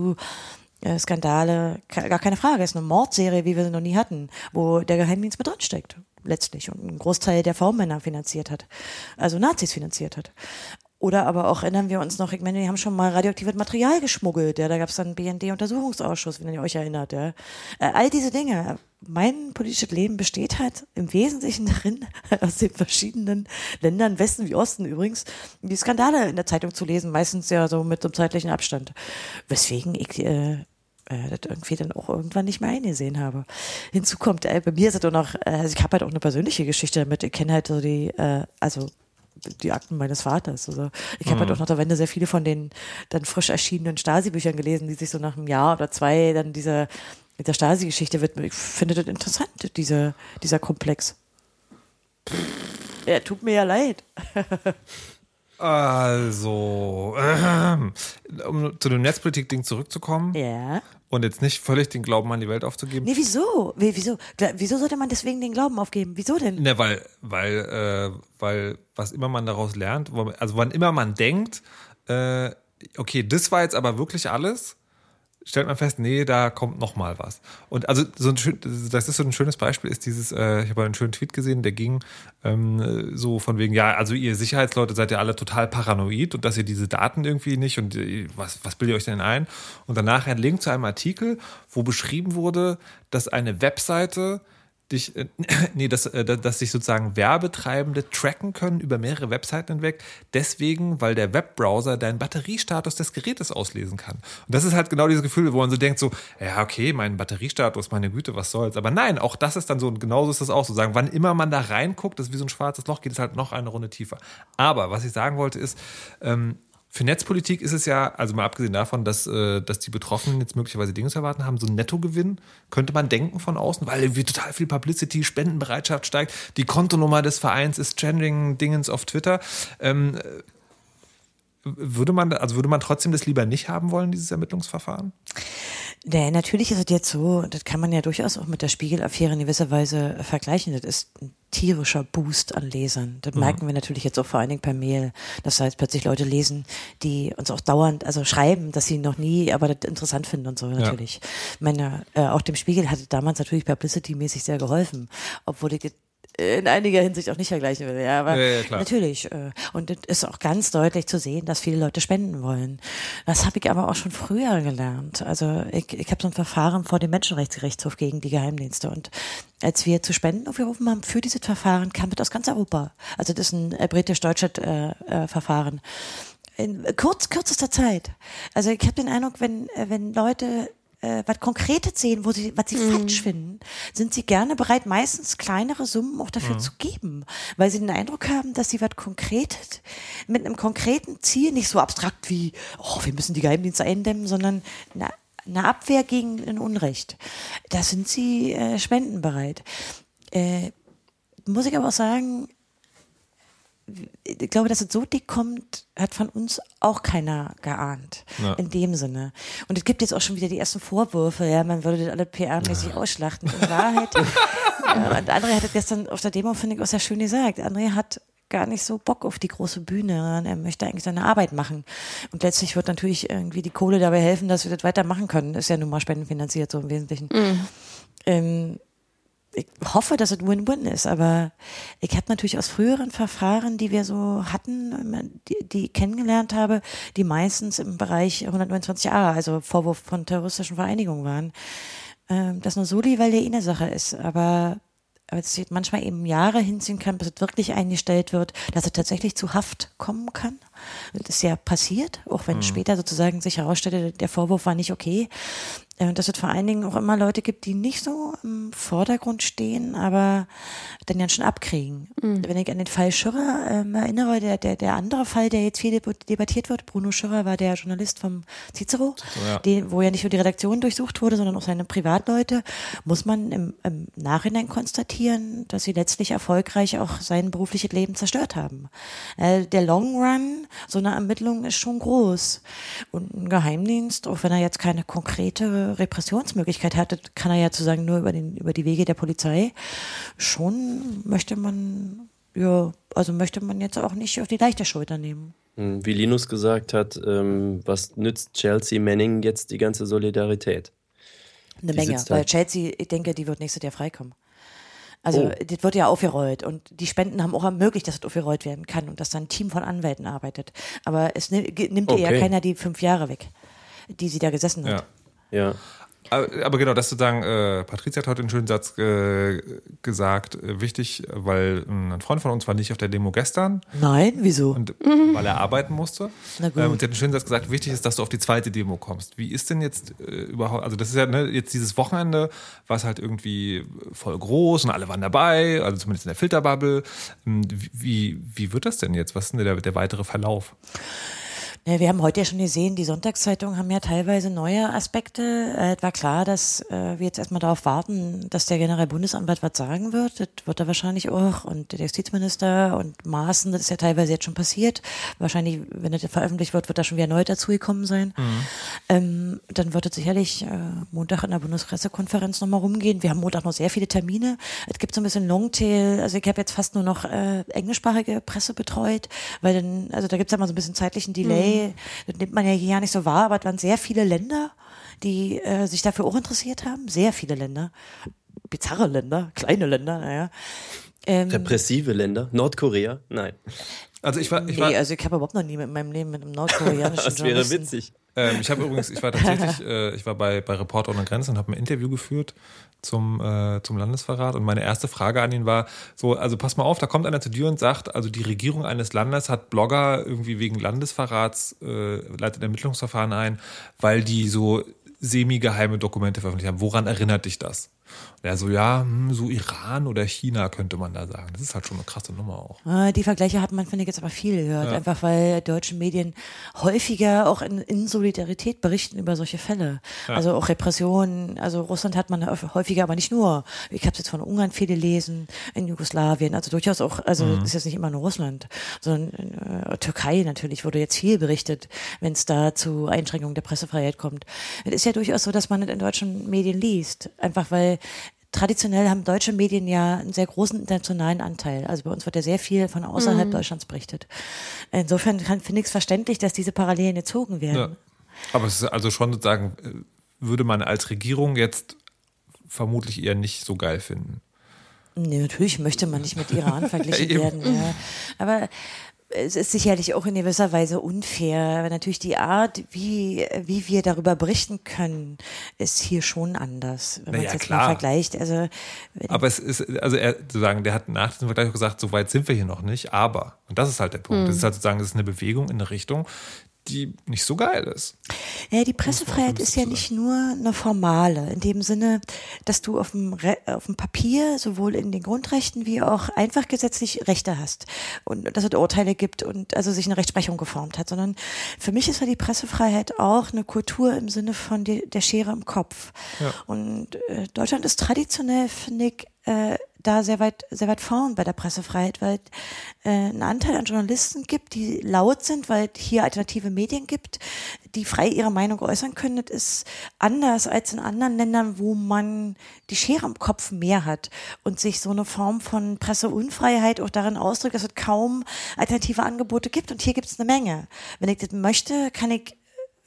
NSU-Skandale, gar keine Frage, ist eine Mordserie, wie wir sie noch nie hatten, wo der Geheimdienst mit drin steckt, letztlich. Und einen Großteil der V-Männer finanziert hat, also Nazis finanziert hat. Oder aber auch, erinnern wir uns noch, ich meine, die haben schon mal radioaktives Material geschmuggelt, da gab es dann einen BND-Untersuchungsausschuss, wenn ihr euch erinnert. All diese Dinge. Mein politisches Leben besteht halt im Wesentlichen darin, aus den verschiedenen Ländern, Westen wie Osten übrigens, die Skandale in der Zeitung zu lesen, meistens ja so mit so einem zeitlichen Abstand. Weswegen ich das irgendwie dann auch irgendwann nicht mehr eingesehen habe. Hinzu kommt, bei mir ist es auch noch, also ich habe halt auch eine persönliche Geschichte damit, ich kenne halt so die Akten meines Vaters. Also ich habe halt auch nach der Wende sehr viele von den dann frisch erschienenen Stasi-Büchern gelesen, die sich so nach einem Jahr oder zwei dann dieser Stasi-Geschichte widmen. Ich finde das interessant, dieser Komplex. Ja, tut mir ja leid. Also, um zu dem Netzpolitik-Ding zurückzukommen. Ja. Und jetzt nicht völlig den Glauben an die Welt aufzugeben. Nee, wieso? Wieso sollte man deswegen den Glauben aufgeben? Wieso denn? Ne, weil was immer man daraus lernt, also wann immer man denkt, okay, das war jetzt aber wirklich alles, stellt man fest, nee, da kommt noch mal was. Und also das ist so ein schönes Beispiel, ist dieses, ich habe einen schönen Tweet gesehen, der ging so von wegen, ja, also ihr Sicherheitsleute seid ja alle total paranoid und dass ihr diese Daten irgendwie nicht und was bildet ihr euch denn ein? Und danach ein Link zu einem Artikel, wo beschrieben wurde, dass eine Webseite dass sich sozusagen Werbetreibende tracken können über mehrere Webseiten hinweg, deswegen, weil der Webbrowser deinen Batteriestatus des Gerätes auslesen kann. Und das ist halt genau dieses Gefühl, wo man so denkt, so, ja, okay, mein Batteriestatus, meine Güte, was soll's. Aber nein, auch das ist dann so, und genauso ist das auch so, sagen, wann immer man da reinguckt, das ist wie so ein schwarzes Loch, geht es halt noch eine Runde tiefer. Aber was ich sagen wollte ist, für Netzpolitik ist es ja, also mal abgesehen davon, dass die Betroffenen jetzt möglicherweise Dinge zu erwarten haben, so ein Nettogewinn, könnte man denken von außen, weil irgendwie total viel Publicity, Spendenbereitschaft steigt, die Kontonummer des Vereins ist Trending-Dingens auf Twitter. Würde man trotzdem das lieber nicht haben wollen, dieses Ermittlungsverfahren? Nee, natürlich ist es jetzt so, das kann man ja durchaus auch mit der Spiegel-Affäre in gewisser Weise vergleichen. Das ist ein tierischer Boost an Lesern. Das merken wir natürlich jetzt auch vor allen Dingen per Mail, dass da jetzt plötzlich Leute lesen, die uns auch dauernd, also schreiben, dass sie noch nie, aber das interessant finden und so natürlich. Ich meine, auch dem Spiegel hat es damals natürlich publicity-mäßig sehr geholfen, obwohl ich in einiger Hinsicht auch nicht vergleichen will. Ja, aber klar. natürlich. Und es ist auch ganz deutlich zu sehen, dass viele Leute spenden wollen. Das habe ich aber auch schon früher gelernt. Also ich habe so ein Verfahren vor dem Menschenrechtsgerichtshof gegen die Geheimdienste. Und als wir zu Spenden aufgerufen haben für dieses Verfahren, kam das aus ganz Europa. Also das ist ein britisch-deutsches Verfahren. In kürzester Zeit. Also ich habe den Eindruck, wenn Leute was Konkretes sehen, was sie falsch finden, sind sie gerne bereit, meistens kleinere Summen auch dafür zu geben, weil sie den Eindruck haben, dass sie was Konkretes mit einem konkreten Ziel, nicht so abstrakt wie, wir müssen die Geheimdienste eindämmen, sondern eine Abwehr gegen ein Unrecht. Da sind sie spendenbereit. Muss ich aber auch sagen, ich glaube, dass es so dick kommt, hat von uns auch keiner geahnt. Ja. In dem Sinne. Und es gibt jetzt auch schon wieder die ersten Vorwürfe, ja, man würde das alle PR-mäßig ausschlachten. In Wahrheit. Und André hat das gestern auf der Demo, finde ich, auch sehr schön gesagt. André hat gar nicht so Bock auf die große Bühne. Er möchte eigentlich seine Arbeit machen. Und letztlich wird natürlich irgendwie die Kohle dabei helfen, dass wir das weitermachen können. Ist ja nun mal spendenfinanziert, so im Wesentlichen. Ich hoffe, dass es Win-Win ist, aber ich habe natürlich aus früheren Verfahren, die wir so hatten, die ich kennengelernt habe, die meistens im Bereich 129a, also Vorwurf von terroristischen Vereinigungen waren, dass nur Soli, weil der eine Sache ist, aber es manchmal eben Jahre hinziehen kann, bis es wirklich eingestellt wird, dass es tatsächlich zu Haft kommen kann. Das ist ja passiert, auch wenn später sozusagen sich herausstellte, der Vorwurf war nicht okay. Dass es vor allen Dingen auch immer Leute gibt, die nicht so im Vordergrund stehen, aber dann ganz schön abkriegen. Wenn ich an den Fall Schürrer erinnere, der andere Fall, der jetzt viel debattiert wird, Bruno Schürrer war der Journalist vom Cicero, wo ja nicht nur die Redaktion durchsucht wurde, sondern auch seine Privatleute, muss man im Nachhinein konstatieren, dass sie letztlich erfolgreich auch sein berufliches Leben zerstört haben. Der Long Run so eine Ermittlung ist schon groß. Und ein Geheimdienst, auch wenn er jetzt keine konkrete Repressionsmöglichkeit hatte, kann er ja sozusagen nur über die Wege der Polizei. Schon möchte man jetzt auch nicht auf die leichte Schulter nehmen. Wie Linus gesagt hat, was nützt Chelsea Manning jetzt die ganze Solidarität? Eine Menge, weil Chelsea, ich denke, die wird nächstes Jahr freikommen. Also das wird ja aufgerollt und die Spenden haben auch ermöglicht, dass es aufgerollt werden kann und dass dann ein Team von Anwälten arbeitet. Aber es nimmt ihr ja keiner die 5 Jahre weg, die sie da gesessen hat. Ja. Aber genau, das sozusagen, Patricia hat heute einen schönen Satz gesagt, wichtig, weil ein Freund von uns war nicht auf der Demo gestern. Nein, wieso? Und weil er arbeiten musste. Na gut. Und sie hat einen schönen Satz gesagt, wichtig ist, dass du auf die zweite Demo kommst. Wie ist denn jetzt überhaupt, also das ist ja jetzt dieses Wochenende, war es halt irgendwie voll groß und alle waren dabei, also zumindest in der Filterbubble. Wie wird das denn jetzt? Was ist denn der weitere Verlauf? Ja, wir haben heute ja schon gesehen, die Sonntagszeitungen haben ja teilweise neue Aspekte. Es war klar, dass wir jetzt erstmal darauf warten, dass der Generalbundesanwalt was sagen wird. Das wird er wahrscheinlich auch. Und der Justizminister und Maaßen, das ist ja teilweise jetzt schon passiert. Wahrscheinlich, wenn das veröffentlicht wird, wird da schon wieder neu dazugekommen sein. Dann wird es sicherlich Montag in der Bundespressekonferenz nochmal rumgehen. Wir haben Montag noch sehr viele Termine. Es gibt so ein bisschen Longtail. Also ich habe jetzt fast nur noch englischsprachige Presse betreut, weil dann, also da gibt es ja mal so ein bisschen zeitlichen Delay. Das nimmt man ja hier gar nicht so wahr, aber es waren sehr viele Länder, die sich dafür auch interessiert haben. Sehr viele Länder. Bizarre Länder, kleine Länder, naja. Repressive Länder? Nordkorea? Nein. Also ich habe überhaupt noch nie in meinem Leben mit einem nordkoreanischen Das wäre witzig. Ich war bei Reporter ohne Grenzen und habe ein Interview geführt zum Landesverrat und meine erste Frage an ihn war so, also pass mal auf, da kommt einer zu dir und sagt, also die Regierung eines Landes hat Blogger irgendwie wegen Landesverrats leitet Ermittlungsverfahren ein, weil die so semi-geheime Dokumente veröffentlicht haben. Woran erinnert dich das? Ja, so so Iran oder China könnte man da sagen. Das ist halt schon eine krasse Nummer auch. Die Vergleiche hat man, finde ich, jetzt aber viel gehört. Ja. Einfach weil deutsche Medien häufiger auch in Solidarität berichten über solche Fälle. Ja. Also auch Repressionen. Also Russland hat man häufiger, aber nicht nur. Ich habe es jetzt von Ungarn viel gelesen, in Jugoslawien. Also durchaus auch, also ist jetzt nicht immer nur Russland, sondern Türkei natürlich wurde jetzt viel berichtet, wenn es da zu Einschränkungen der Pressefreiheit kommt. Es ist ja durchaus so, dass man es in deutschen Medien liest. Einfach weil traditionell haben deutsche Medien ja einen sehr großen internationalen Anteil. Also bei uns wird ja sehr viel von außerhalb Deutschlands berichtet. Insofern finde ich es verständlich, dass diese Parallelen gezogen werden. Ja. Aber es ist also schon sozusagen, würde man als Regierung jetzt vermutlich eher nicht so geil finden. Nee, natürlich möchte man nicht mit Iran verglichen werden. Ja. Aber es ist sicherlich auch in gewisser Weise unfair, weil natürlich die Art, wie wir darüber berichten können, ist hier schon anders, wenn man es jetzt mal vergleicht. Also, aber es ist, also er sozusagen, der hat nach diesem Vergleich auch gesagt, so weit sind wir hier noch nicht, aber, und das ist halt der Punkt, das ist halt sozusagen, das ist eine Bewegung in eine Richtung, die nicht so geil ist. Ja, die Pressefreiheit ist ja nicht nur eine formale, in dem Sinne, dass du auf dem Papier sowohl in den Grundrechten wie auch einfach gesetzlich Rechte hast und dass es Urteile gibt und also sich eine Rechtsprechung geformt hat, sondern für mich ist ja die Pressefreiheit auch eine Kultur im Sinne von der Schere im Kopf. Ja. Und Deutschland ist traditionell, finde ich, da sehr weit vorn bei der Pressefreiheit, weil einen Anteil an Journalisten gibt, die laut sind, weil es hier alternative Medien gibt, die frei ihre Meinung äußern können. Das ist anders als in anderen Ländern, wo man die Schere im Kopf mehr hat und sich so eine Form von Presseunfreiheit auch darin ausdrückt, dass es kaum alternative Angebote gibt. Und hier gibt es eine Menge. Wenn ich das möchte, kann ich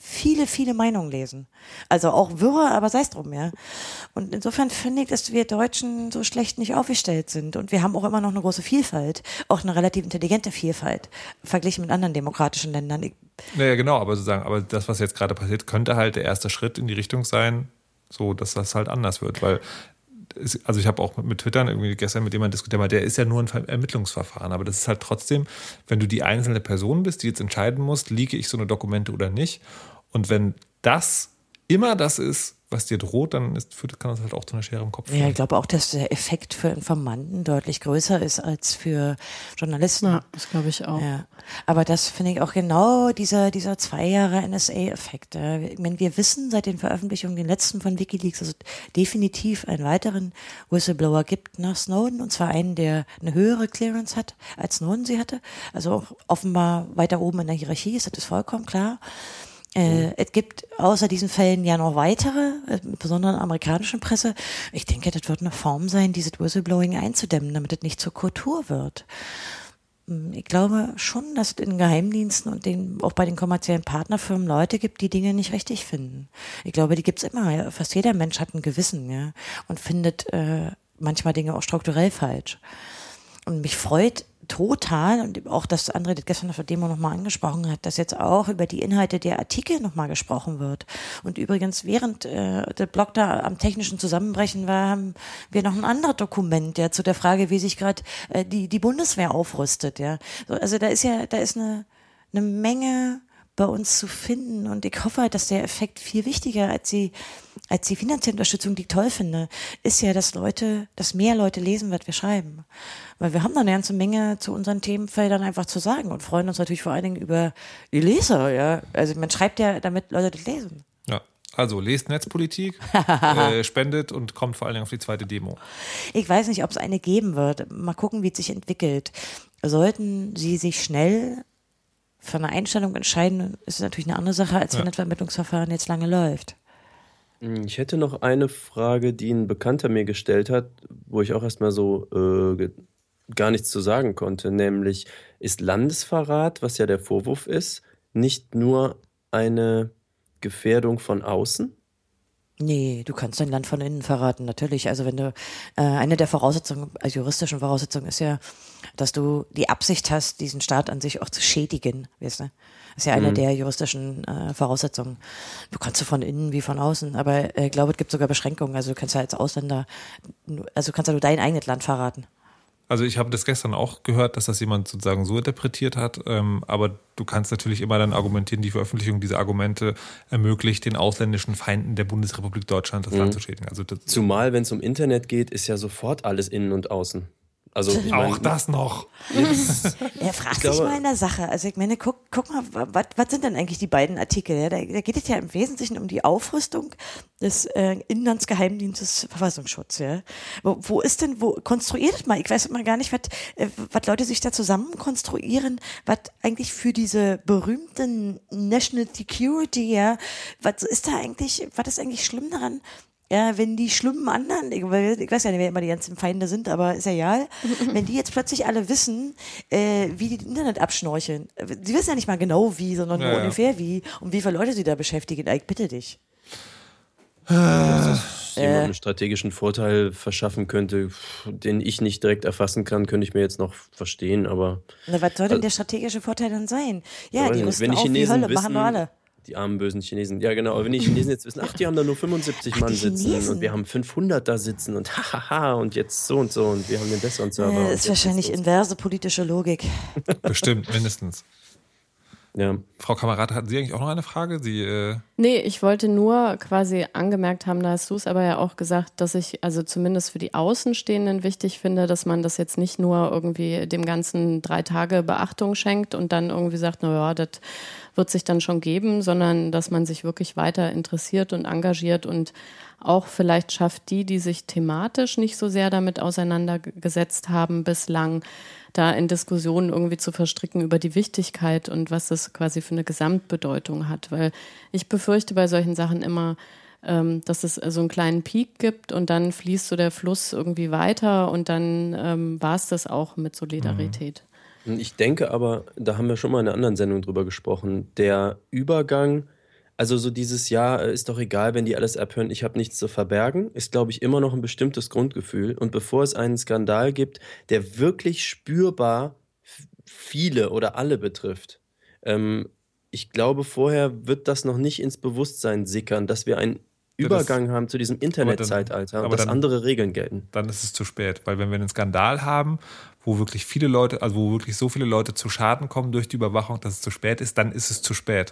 viele Meinungen lesen. Also auch wirre, aber sei es drum, ja. Und insofern finde ich, dass wir Deutschen so schlecht nicht aufgestellt sind. Und wir haben auch immer noch eine große Vielfalt, auch eine relativ intelligente Vielfalt, verglichen mit anderen demokratischen Ländern. Naja, genau, aber sozusagen, aber das, was jetzt gerade passiert, könnte halt der erste Schritt in die Richtung sein, so, dass das halt anders wird, weil also ich habe auch mit Twitter irgendwie gestern mit jemandem diskutiert, aber der ist ja nur ein Ermittlungsverfahren, aber das ist halt trotzdem, wenn du die einzelne Person bist, die jetzt entscheiden musst, leake ich so eine Dokumente oder nicht, und wenn das immer das ist, was dir droht, dann kann das halt auch zu einer Schere im Kopf führen. Ja, ich glaube auch, dass der Effekt für Informanten deutlich größer ist als für Journalisten. Ja, das glaube ich auch. Ja. Aber das finde ich auch genau dieser 2 Jahre NSA-Effekt. Ja. Ich meine, wir wissen seit den Veröffentlichungen, den letzten von WikiLeaks, dass es definitiv einen weiteren Whistleblower gibt nach Snowden, und zwar einen, der eine höhere Clearance hat, als Snowden sie hatte. Also auch offenbar weiter oben in der Hierarchie ist, das ist vollkommen klar. Es gibt außer diesen Fällen ja noch weitere, besonders in der amerikanischen Presse. Ich denke, das wird eine Form sein, dieses Whistleblowing einzudämmen, damit es nicht zur Kultur wird. Ich glaube schon, dass es in Geheimdiensten und auch bei den kommerziellen Partnerfirmen Leute gibt, die Dinge nicht richtig finden. Ich glaube, die gibt's immer. Fast jeder Mensch hat ein Gewissen, ja, und findet manchmal Dinge auch strukturell falsch. Und mich freut total, und auch, dass André das gestern auf der Demo nochmal angesprochen hat, dass jetzt auch über die Inhalte der Artikel nochmal gesprochen wird. Und übrigens, während der Blog da am technischen Zusammenbrechen war, haben wir noch ein anderes Dokument, ja, zu der Frage, wie sich gerade die Bundeswehr aufrüstet, ja. Also da ist eine Menge bei uns zu finden, und ich hoffe, dass der Effekt viel wichtiger als die finanzielle Unterstützung, die ich toll finde, ist ja, dass mehr Leute lesen, was wir schreiben. Weil wir haben da eine ganze Menge zu unseren Themenfeldern einfach zu sagen und freuen uns natürlich vor allen Dingen über die Leser, ja. Also man schreibt ja, damit Leute das lesen. Ja. Also lest Netzpolitik, spendet und kommt vor allen Dingen auf die zweite Demo. Ich weiß nicht, ob es eine geben wird. Mal gucken, wie es sich entwickelt. Sollten sie sich schnell für eine Einstellung entscheiden, ist es natürlich eine andere Sache, als wenn das Vermittlungsverfahren jetzt lange läuft. Ich hätte noch eine Frage, die ein Bekannter mir gestellt hat, wo ich auch erstmal so gar nichts zu sagen konnte, nämlich ist Landesverrat, was ja der Vorwurf ist, nicht nur eine Gefährdung von außen? Nee, du kannst dein Land von innen verraten, natürlich. Also wenn du, eine der Voraussetzungen, also juristischen Voraussetzungen ist ja, dass du die Absicht hast, diesen Staat an sich auch zu schädigen, weißt du? Das ist ja eine der juristischen Voraussetzungen. Du kannst von innen wie von außen, aber ich glaube, es gibt sogar Beschränkungen. Also du kannst ja als Ausländer, also kannst ja nur dein eigenes Land verraten. Also ich habe das gestern auch gehört, dass das jemand sozusagen so interpretiert hat, aber du kannst natürlich immer dann argumentieren, die Veröffentlichung dieser Argumente ermöglicht den ausländischen Feinden der Bundesrepublik Deutschland das Land zu schädigen. Also Zumal, wenn es um Internet geht, ist ja sofort alles innen und außen. Also, ich auch mein, das noch. Er fragt sich mal in der Sache. Also ich meine, guck mal, was sind denn eigentlich die beiden Artikel? Ja, da geht es ja im Wesentlichen um die Aufrüstung des Inlandsgeheimdienstes Verfassungsschutz. Ja? Wo konstruiert es mal? Ich weiß immer gar nicht, was Leute sich da zusammen konstruieren, was eigentlich für diese berühmten National Security, ja, was ist eigentlich schlimm daran? Ja, wenn die schlimmen anderen, ich weiß ja nicht, wer immer die ganzen Feinde sind, aber ist ja egal, wenn die jetzt plötzlich alle wissen, wie die Internet abschnorcheln. Sie wissen ja nicht mal genau wie, sondern nur ungefähr wie und wie viele Leute sie da beschäftigen. Ich bitte dich. Dass jemand einen strategischen Vorteil verschaffen könnte, den ich nicht direkt erfassen kann, könnte ich mir jetzt noch verstehen, aber... Na, was soll denn der strategische Vorteil dann sein? Ja, die rüsten auf wie Hölle, machen wir alle. Die armen, bösen Chinesen. Ja, genau. Aber wenn die Chinesen jetzt wissen, die haben da nur 75 Mann sitzen und wir haben 500 da sitzen und hahaha und jetzt so und so und wir haben den besseren Server. Das ist wahrscheinlich inverse politische Logik. Bestimmt, mindestens. Ja. Frau Kamerad, hatten Sie eigentlich auch noch eine Frage? Nee, ich wollte nur quasi angemerkt haben, da hast du es aber ja auch gesagt, dass ich also zumindest für die Außenstehenden wichtig finde, dass man das jetzt nicht nur irgendwie dem ganzen 3 Tage Beachtung schenkt und dann irgendwie sagt, naja, das wird sich dann schon geben, sondern dass man sich wirklich weiter interessiert und engagiert und auch vielleicht schafft die sich thematisch nicht so sehr damit auseinandergesetzt haben bislang, da in Diskussionen irgendwie zu verstricken über die Wichtigkeit und was das quasi für eine Gesamtbedeutung hat. Weil ich befürchte bei solchen Sachen immer, dass es so einen kleinen Peak gibt und dann fließt so der Fluss irgendwie weiter und dann war es das auch mit Solidarität. Ich denke aber, da haben wir schon mal in einer anderen Sendung drüber gesprochen, der Übergang, also so dieses Jahr ist doch egal, wenn die alles abhören, ich habe nichts zu verbergen, ist, glaube ich, immer noch ein bestimmtes Grundgefühl. Und bevor es einen Skandal gibt, der wirklich spürbar viele oder alle betrifft, ich glaube, vorher wird das noch nicht ins Bewusstsein sickern, dass wir einen Übergang haben zu diesem Internetzeitalter und dass andere Regeln gelten. Dann ist es zu spät, weil wenn wir einen Skandal haben, wo wirklich viele Leute, also wo wirklich so viele Leute zu Schaden kommen durch die Überwachung, dass es zu spät ist, dann ist es zu spät.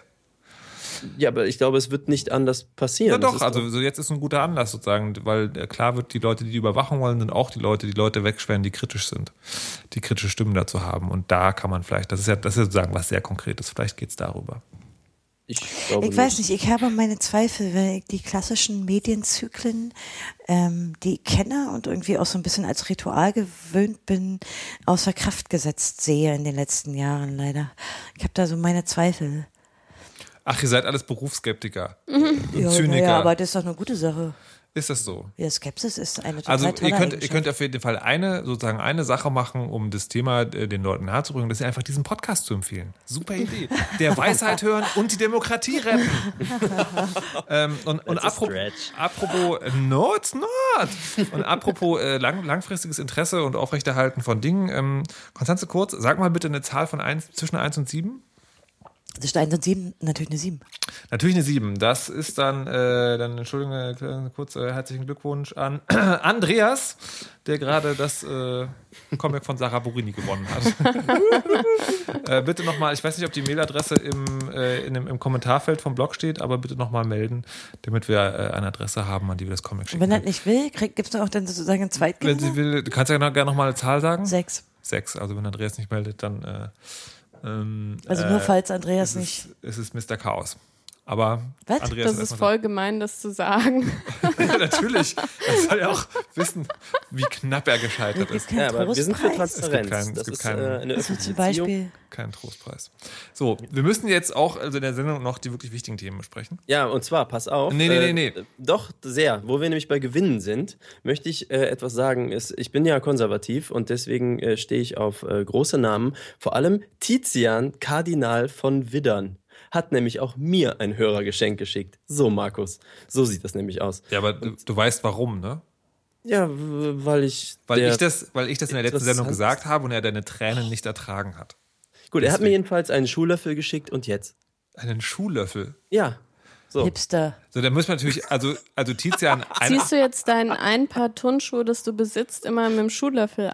Ja, aber ich glaube, es wird nicht anders passieren. Ja doch, also jetzt ist ein guter Anlass sozusagen, weil klar wird, die Leute, die Überwachung wollen, sind auch die Leute wegsperren, die kritisch sind, die kritische Stimmen dazu haben. Und da kann man vielleicht, das ist sozusagen was sehr Konkretes, vielleicht geht es darüber. Ich weiß nicht, ich habe meine Zweifel, weil ich die klassischen Medienzyklen, die ich kenne und irgendwie auch so ein bisschen als Ritual gewöhnt bin, außer Kraft gesetzt sehe in den letzten Jahren leider. Ich habe da so meine Zweifel. Ach, ihr seid alles Berufsskeptiker und Zyniker. Ja, aber das ist doch eine gute Sache. Ist das so? Ja, Skepsis ist eine total tolle Eigenschaft. Ihr könnt auf jeden Fall eine Sache machen, um das Thema den Leuten nahezubringen, das ist einfach diesen Podcast zu empfehlen. Super Idee. Der Weisheit hören und die Demokratie retten. Und apropos, no, it's not. Und apropos langfristiges Interesse und Aufrechterhalten von Dingen. Konstanze Kurz, sag mal bitte eine Zahl von zwischen 1 und 7. Zwischen 1 und 7, natürlich eine 7. Natürlich eine 7. Das ist dann Entschuldigung, kurz herzlichen Glückwunsch an Andreas, der gerade das Comic von Sarah Burini gewonnen hat. Bitte nochmal, ich weiß nicht, ob die Mailadresse im Kommentarfeld vom Blog steht, aber bitte nochmal melden, damit wir eine Adresse haben, an die wir das Comic schicken. Wenn er nicht will, gibt es auch dann sozusagen einen Zweitgewinner? Wenn sie will, du kannst ja gerne nochmal eine Zahl sagen. 6. 6, also wenn Andreas nicht meldet, dann... also nur falls Andreas nicht... Es ist Mr. Chaos. Aber was? Andreas, das ist voll gemein, das zu sagen. Natürlich. Er soll ja auch wissen, wie knapp er gescheitert ist. Ja, aber wir sind für Transparenz. Es gibt eine öffentliche zum Beispiel keinen Trostpreis. So, wir müssen jetzt auch in der Sendung noch die wirklich wichtigen Themen besprechen. Ja, und zwar, pass auf. Nee. Doch, sehr. Wo wir nämlich bei Gewinnen sind, möchte ich etwas sagen. Ich bin ja konservativ und deswegen stehe ich auf große Namen. Vor allem Tizian Kardinal von Widdern hat nämlich auch mir ein Hörergeschenk geschickt. So, Markus. So sieht das nämlich aus. Ja, aber du weißt warum, ne? Ja, weil ich das in der letzten Sendung gesagt habe und er deine Tränen nicht ertragen hat. Gut, er hat mir jedenfalls einen Schuhlöffel geschickt und jetzt? Einen Schuhlöffel? Ja. So. Hipster. So, da muss man natürlich, also Tizian... Ziehst du jetzt dein ein Paar Turnschuhe, das du besitzt, immer mit dem Schuhlöffel an?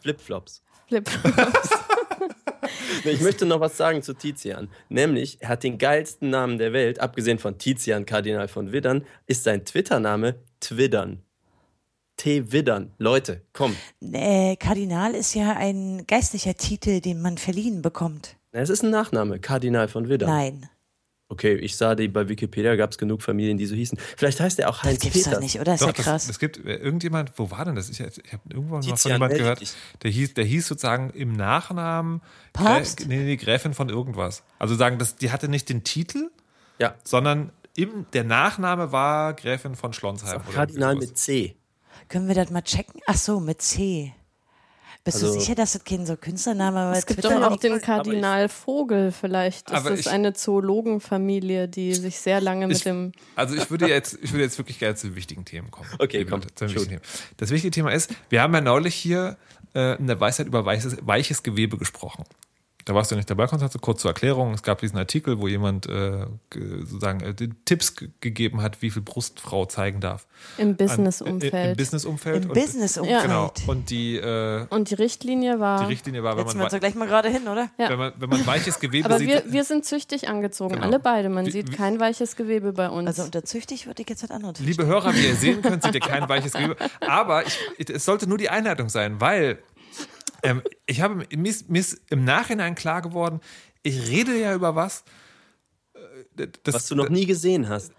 Flipflops. Flipflops. Ich möchte noch was sagen zu Tizian. Nämlich, er hat den geilsten Namen der Welt, abgesehen von Tizian, Kardinal von Widdern, ist sein Twitter-Name Twiddern. T-Widdern. Leute, komm. Kardinal ist ja ein geistlicher Titel, den man verliehen bekommt. Es ist ein Nachname, Kardinal von Widdern. Nein. Okay, ich sah die bei Wikipedia, gab es genug Familien, die so hießen. Vielleicht heißt er auch Heinz Das gibt's Peters. doch nicht, oder? Ist Doch, ja krass. Das gibt irgendjemand, wo war denn das? Ich habe irgendwo mal von Tizian jemandem gehört, Weltkirch. der hieß sozusagen im Nachnamen Papst? Gräfin von irgendwas. Also sagen, die hatte nicht den Titel, Ja, sondern der Nachname war Gräfin von Schlonsheim. oder Kardinal irgendwie mit C. Können wir das mal checken? Ach so, mit C. Bist du Also- sicher, dass das kein so Künstlername war? Es gibt Twitter doch noch nicht? den Kardinal Vogel vielleicht. Das Aber ist ich- eine Zoologenfamilie, die sich sehr lange mit dem... Also ich würde jetzt wirklich gerne zu wichtigen Themen kommen. Okay, Liebe komm, Leute, zu den shoot. wichtigen Themen. Das wichtige Thema ist, wir haben ja neulich hier in der Weisheit über weiches Gewebe gesprochen. Da warst du nicht dabei, Konstanze. Kurz zur Erklärung. Es gab diesen Artikel, wo jemand sozusagen Tipps gegeben hat, wie viel Brust Frau zeigen darf. Im Businessumfeld. Im Businessumfeld. Im Und- Businessumfeld. Genau. Und die Und die Richtlinie war... Richtlinie war, wenn Setzen wir uns man, doch gleich mal gerade hin, oder? Ja. wenn man weiches Gewebe Aber sieht. wir sind züchtig angezogen, Genau. alle beide. Man Wie- sieht kein weiches Gewebe bei uns. Also unter züchtig würde ich jetzt was anderes Liebe Hörer, wie ihr sehen könnt, seht ihr kein weiches Gewebe. Aber es sollte nur die Einleitung sein, weil mir ist im Nachhinein klar geworden, ich rede ja über was, Was du noch nie gesehen hast.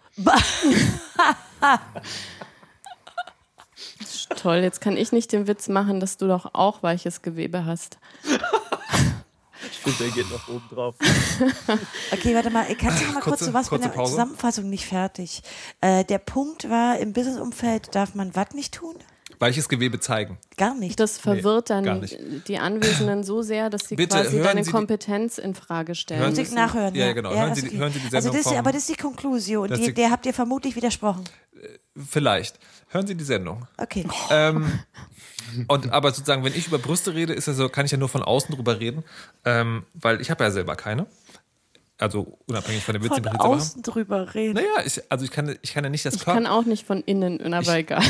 Toll, jetzt kann ich nicht den Witz machen, dass du doch auch weiches Gewebe hast. Ich finde, der geht noch oben drauf. Okay, warte mal, kannst du noch mal kurz Kurze- zu was mit kurze der Pause. Zusammenfassung nicht fertig? Der Punkt war, im Businessumfeld darf man was nicht tun? weiches Gewebe zeigen. Gar nicht. Das verwirrt gar dann nicht. die Anwesenden so sehr, dass sie Bitte quasi hören deine Sie die- Kompetenz in Frage stellen. Hören Muss ich müssen. nachhören? Ja, genau. Hören ist Sie die Sendung also das ist, vom- aber das ist die Konklusion. Das ist die- Der habt ihr vermutlich widersprochen. Vielleicht. Hören Sie die Sendung. Okay. Aber sozusagen, wenn ich über Brüste rede, ist ja so, kann ich ja nur von außen drüber reden, weil ich habe ja selber keine. Also unabhängig von dem Witz, Von den ich jetzt aber außen drüber reden. Naja, ich kann ja nicht das Ich kann auch nicht von innen, aber egal.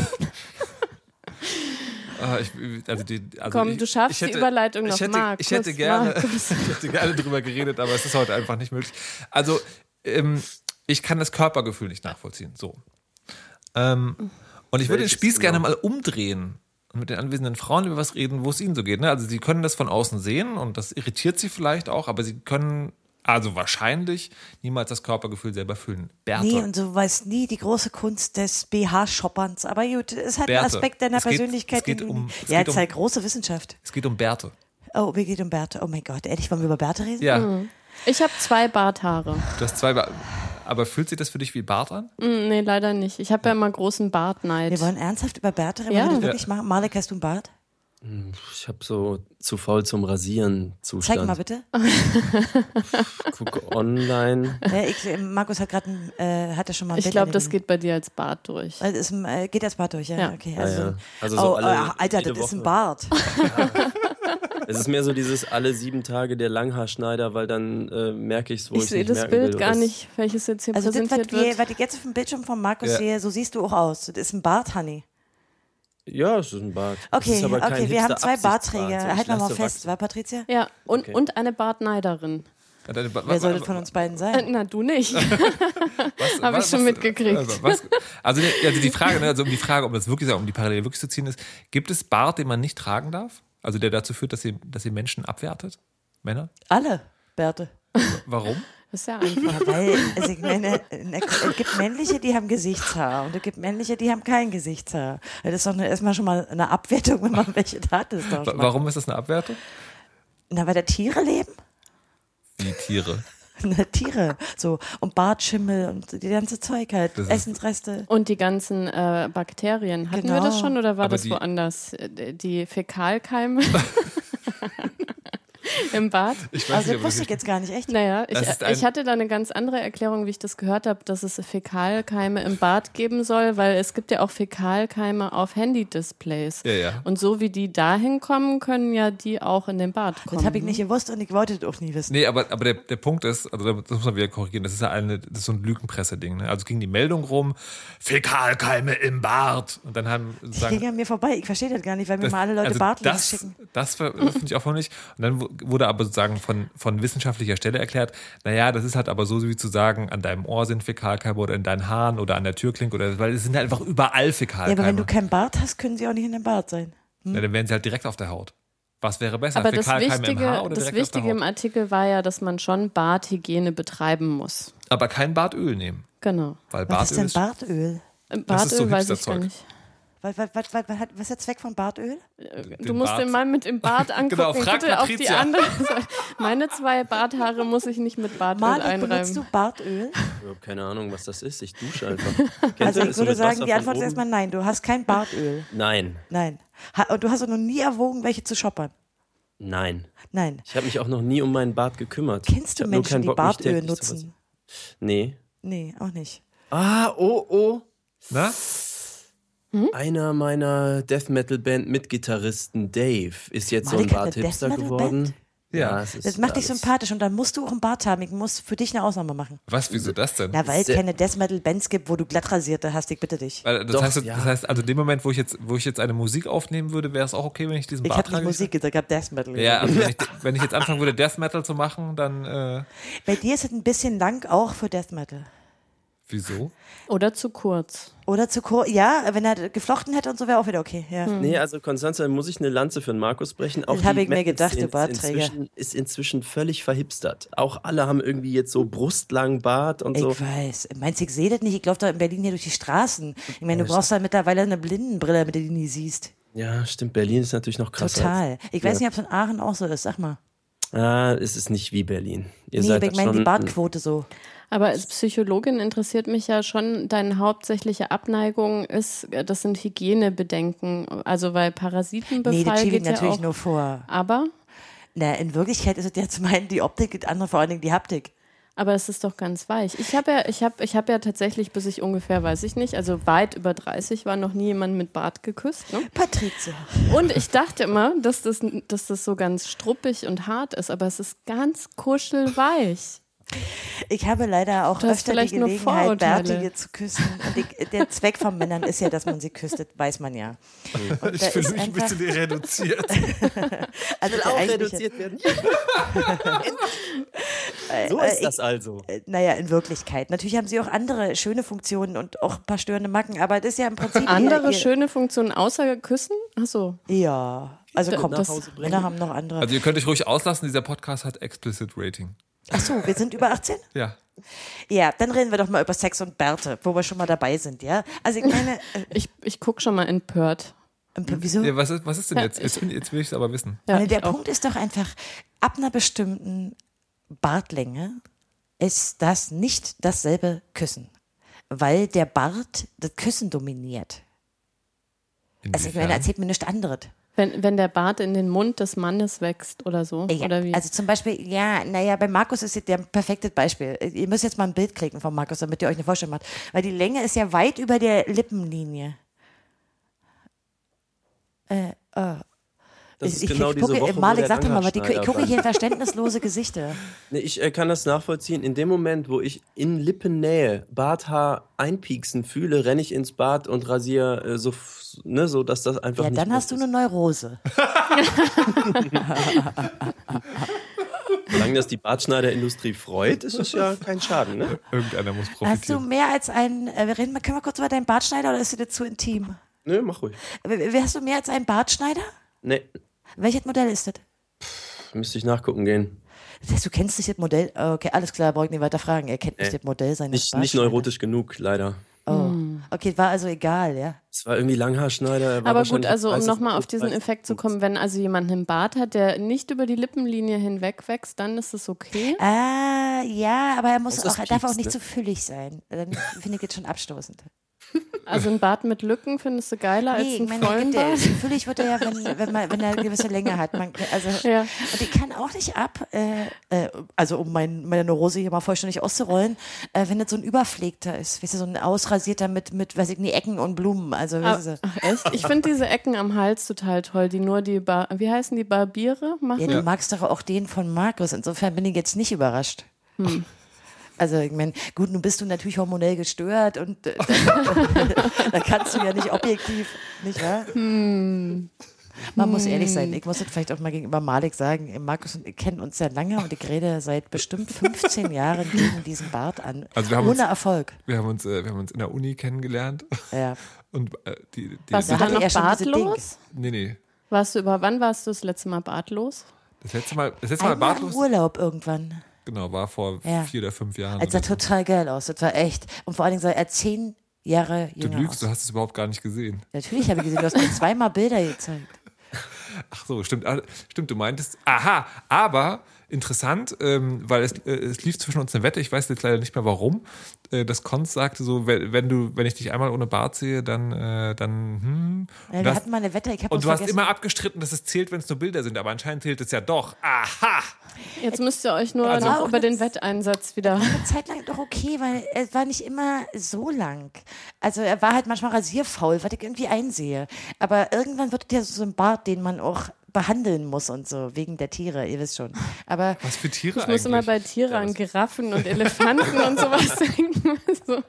Komm, du schaffst die Überleitung noch, Markus. Ich hätte gerne drüber geredet, aber es ist heute einfach nicht möglich. Also, ich kann das Körpergefühl nicht nachvollziehen. So. Und ich würde den Welches Spieß gerne genau? mal umdrehen und mit den anwesenden Frauen über was reden, wo es ihnen so geht. Ne? Also, sie können das von außen sehen und das irritiert sie vielleicht auch, aber sie können also wahrscheinlich niemals das Körpergefühl selber fühlen. Berthe. Nee, und du weißt nie die große Kunst des BH-Shopperns. Aber gut, es ist halt ein Berthe. Aspekt deiner Es geht- Persönlichkeit. es geht den- um- es ja, geht es ist um- halt große Wissenschaft. Es geht um Berthe. Oh, wie geht um Berthe? Oh mein Gott, ehrlich, wollen wir über Berthe reden? Ja, Ich habe 2 Barthaare. du hast 2 aber fühlt sich das für dich wie Bart an? Nee, leider nicht. Ich habe ja immer großen Bartneid. Wir wollen ernsthaft über Berthe reden. Ja. Wollen wir das wirklich machen? Marek, hast du einen Bart? Ich habe so zu faul zum Rasieren Zustand. Zeig mal bitte. Guck online. Markus hat gerade hatte schon mal ein Ich Bild glaube, an das den- geht bei dir als Bart durch. Es geht als Bart durch, ja? Ja. Okay, Ja, also, ja. Also so Alter, jede das ist ein Woche. Bart. Es ist mehr so dieses alle 7 Tage der Langhaarschneider, weil dann merke ich es, wo Ich ich sehe nicht das merken Bild will. gar Das- nicht, welches jetzt hier Also das, präsentiert wird. was ich jetzt auf dem Bildschirm von Markus Ja. sehe, so siehst du auch aus. Das ist ein Bart, Honey. Ja, es ist ein Bart. Es Okay, ist aber kein okay, wir haben 2 Hipster-Absichtsbart, Bartträger. so ich Halt nochmal lasse fest, wachsen. war Patricia? Ja, und, Okay. und eine Bartneiderin. Wer soll das von uns beiden sein? Na, du nicht. Habe ich schon mitgekriegt. Also die Frage, ne, also um das wirklich, um die Parallele wirklich zu ziehen ist, gibt es Bart, den man nicht tragen darf? Also der dazu führt, dass ihr Menschen abwertet? Männer? Alle Bärte. Warum? Das ist ja einfach. Ja, weil, also ich meine, es gibt männliche, die haben Gesichtshaar und es gibt männliche, die haben kein Gesichtshaar. Das ist doch erstmal schon mal eine Abwertung, wenn man welche hat. Das ist doch schon mal. Warum ist das eine Abwertung? Na, weil da Tiere leben? Wie Tiere. Na, Tiere. So. Und Bartschimmel und die ganze Zeug halt. Das ist- Essensreste. Und die ganzen Bakterien. Hatten wir Genau. das schon oder war Aber das die- woanders? Die Fäkalkeime? Im Bad? Ich weiß Also nicht, das ob wusste ich jetzt gar nicht, echt? Naja, Das ist ein- ich hatte da eine ganz andere Erklärung, wie ich das gehört habe, dass es Fäkalkeime im Bad geben soll, weil es gibt ja auch Fäkalkeime auf Handy-Displays. Ja. Und so wie die dahin kommen, können ja die auch in den Bad kommen. Das habe ich nicht gewusst und ich wollte das auch nie wissen. Nee, aber der Punkt ist, also das muss man wieder korrigieren, das ist ja das ist so ein Lügenpresse-Ding. Ne? Also ging die Meldung rum, Fäkalkeime im Bad. Und dann haben Die gingen an mir vorbei. Ich verstehe das gar nicht, weil mir mal alle Leute also Bartlinks schicken. Das finde ich auch noch nicht. Und dann wurde aber sozusagen von wissenschaftlicher Stelle erklärt, naja, das ist halt aber so wie zu sagen, an deinem Ohr sind Fäkalkeime oder in deinen Haaren oder an der Türklinke oder weil es sind halt einfach überall Fäkalkeime. Ja, aber wenn du keinen Bart hast, können sie auch nicht in deinem Bart sein. Ja, dann wären sie halt direkt auf der Haut. Was wäre besser? Aber das Fäkalkeime im Haar oder das direkt Wichtige auf der im Haut? Artikel war ja, dass man schon Barthygiene betreiben muss. Aber kein Bartöl nehmen. Genau. Weil Was ist denn Bartöl Bartöl? Das ist so Bartöl weiß ich Hipsterzeug. gar nicht. Was ist der Zweck von Bartöl? Du musst Bart. den mal mit dem Bart angucken. Genau, frag bitte auf die Patricia. andere Seite. Meine 2 Barthaare muss ich nicht mit Bartöl Malik, benutzt einreiben. du Bartöl? Ich habe keine Ahnung, was das ist. Ich dusche einfach. Kennst Also du ich das so würde mit sagen, Wasser die von Antwort ist oben? erstmal nein. Du hast kein Bartöl. Nein, Nein. Und du hast auch noch nie erwogen, welche zu shoppern. nein. Nein. Ich habe mich auch noch nie um meinen Bart gekümmert. Kennst du Ich hab nur Menschen, keinen die Bock, mich Bartöl täglich zu nutzen? waschen. Nee. Nee, auch nicht. Oh. Na? Einer meiner Death Metal Band Mitgitarristen, Dave, ist jetzt so ein Malik hat eine Barthipster Death Metal geworden. Band? Ja. es ist Das macht dich alles- sympathisch und dann musst du auch einen Bart haben. Ich muss für dich eine Ausnahme machen. Was, wieso das denn? Na, weil es Sehr- keine Death Metal Bands gibt, wo du glatt rasierte hast. Ich bitte dich. Weil Doch, das ja. heißt, also in dem Moment, wo ich jetzt eine Musik aufnehmen würde, wäre es auch okay, wenn ich diesen Ich Bart habe nicht trage? Musik gesagt, ich habe Death Metal Ja, gesagt. also wenn ich jetzt anfangen würde, Death Metal zu machen, dann Bei dir ist es ein bisschen lang auch für Death Metal. wieso? Oder zu kurz. Oder zu kurz. Ja, wenn er geflochten hätte und so, wäre auch wieder okay. Ja. Nee, also Konstanze, muss ich eine Lanze für den Markus brechen. Auch Das hab die ich mir gedacht, du Metal-Szene Bartträger. ist inzwischen völlig verhipstert. Auch alle haben irgendwie jetzt so brustlangen Bart und so. Ich weiß. Meinst du, ich sehe das nicht? Ich laufe da in Berlin hier durch die Straßen. Ich meine, du brauchst da mittlerweile eine Blindenbrille, damit du die nie siehst. Ja, stimmt. Berlin ist natürlich noch krasser. Total. Ich weiß Ja. nicht, ob es in Aachen auch so ist. Sag mal. Es ist nicht wie Berlin. Ihr Nee, seid aber ich meine schon die Bartquote so. Aber als Psychologin interessiert mich ja schon, deine hauptsächliche Abneigung ist, das sind Hygienebedenken. Also weil Parasitenbefall Nee, das schiebe ich geht ja natürlich auch. nur vor. Aber In Wirklichkeit ist es ja zum einen die Optik, das andere vor allen Dingen die Haptik. Aber es ist doch ganz weich. Ich habe ja tatsächlich, bis ich ungefähr, weiß ich nicht, also weit über 30 war noch nie jemand mit Bart geküsst. Ne? Patricia. Und ich dachte immer, dass das so ganz struppig und hart ist, aber es ist ganz kuschelweich. Ich habe leider auch Du hast öfter die vielleicht nur Gelegenheit, Vorurteile. Bärtige zu küssen. Und der Zweck von Männern ist ja, dass man sie küsst, das weiß man ja. Und Ich da fühle ist mich ein einfach- bisschen reduziert. Also der auch eigentliche- reduziert werden. So ist das also. Naja, in Wirklichkeit. Natürlich haben sie auch andere schöne Funktionen und auch ein paar störende Macken, aber das ist ja im Prinzip Andere schöne Funktionen außer Küssen? Achso. Ja, also komm, nach das Hause bringen. Männer haben noch andere. Also ihr könnt euch ruhig auslassen, dieser Podcast hat Explicit Rating. Ach so, wir sind über 18? Ja. Ja, dann reden wir doch mal über Sex und Bärte, wo wir schon mal dabei sind, ja? Also ich meine, Ich gucke schon mal empört. wieso? Ja, was ist denn jetzt? Jetzt will ich es aber wissen. Ja, der ich auch. Punkt ist doch einfach, ab einer bestimmten Bartlänge ist das nicht dasselbe Küssen, weil der Bart das Küssen dominiert. Also ich meine, erzählt mir nichts anderes. Wenn der Bart in den Mund des Mannes wächst oder so. Ja, Oder wie? also zum Beispiel, bei Markus ist jetzt der perfekte Beispiel. Ihr müsst jetzt mal ein Bild klicken von Markus, damit ihr euch eine Vorstellung macht. Weil die Länge ist ja weit über der Lippenlinie. Das ist ich genau diese gucke, Woche, wo Malik, der sag doch mal, was, ich Langhaarschneider gucke war. hier verständnislose Gesichter. Nee, ich kann das nachvollziehen. In dem Moment, wo ich in Lippennähe Barthaar einpieksen fühle, renne ich ins Bad und rasiere so, so, dass das einfach Ja, nicht dann muss. hast du eine Neurose. Solange das die Bartschneiderindustrie freut, ist es ja kein Schaden, ne? Irgendeiner muss Hast du profitieren. mehr als einen, können wir kurz über deinen Bartschneider oder ist dir das zu intim? Nö, mach ruhig. Hast du mehr als einen Bartschneider? Nee, Welches Modell ist das? müsste ich nachgucken gehen. Das heißt, du kennst nicht das Modell? Okay, alles klar, brauche ich nicht weiter fragen. Er kennt nicht das Modell seines Nicht Bartschneiders. neurotisch genug, leider. Oh. Okay, war also egal, ja. Es war irgendwie Langhaarschneider. er war Aber gut, wahrscheinlich also um 30 nochmal auf diesen 30. Effekt zu kommen, wenn also jemand einen Bart hat, der nicht über die Lippenlinie hinweg wächst, dann ist es okay. Ja, aber er muss Das auch, er darf auch piekst, nicht ne? zu füllig sein. Dann finde ich jetzt schon abstoßend. Also ein Bart mit Lücken findest du geiler als einen vollen Bart? Natürlich wird er ja, wenn er eine gewisse Länge hat. Und ich kann auch nicht ab, also um meine Neurose hier mal vollständig auszurollen, wenn das so ein überpflegter ist, weißt du, so ein ausrasierter mit weiß ich nicht, Ecken und Blumen. Also, ach, echt? Ich finde diese Ecken am Hals total toll, die nur die, wie heißen die, Barbiere machen? Ja, du magst doch auch den von Markus, insofern bin ich jetzt nicht überrascht. Also ich meine, gut, nun bist du natürlich hormonell gestört und da kannst du ja nicht objektiv, nicht wahr? Man muss ehrlich sein, ich muss das vielleicht auch mal gegenüber Malik sagen, Markus und ich kennen uns sehr lange und ich rede seit bestimmt 15 Jahren gegen diesen Bart an, also ohne Erfolg. Wir haben uns in der Uni kennengelernt. Ja. Und warst du dann noch bartlos? Nee. Wann warst du das letzte Mal bartlos? Das letzte Mal bartlos? Im Urlaub irgendwann. Genau, war vor 4 oder 5 Jahren. Es sah total geil aus, das war echt. Und vor allen Dingen sah er 10 Jahre jünger Du lügst, aus. du hast es überhaupt gar nicht gesehen. Natürlich habe ich gesehen, du hast mir 2-mal Bilder gezeigt. Ach so, stimmt, du meintest, aber interessant, weil es lief zwischen uns eine Wette, ich weiß jetzt leider nicht mehr warum, dass Konz sagte so, wenn ich dich einmal ohne Bart sehe, dann wir hatten mal eine Wette, ich habe und du hast immer abgestritten, dass es zählt, wenn es nur Bilder sind, aber anscheinend zählt es ja doch. Aha! Jetzt müsst ihr euch nur noch über den Wetteinsatz wieder... Eine Zeit lang doch okay, weil er war nicht immer so lang. Also er war halt manchmal rasierfaul, was ich irgendwie einsehe. Aber irgendwann wird es ja so ein Bart, den man auch behandeln muss und so, wegen der Tiere, ihr wisst schon. Aber was für Tiere ich muss immer bei Tieren an Giraffen und Elefanten und sowas denken. So,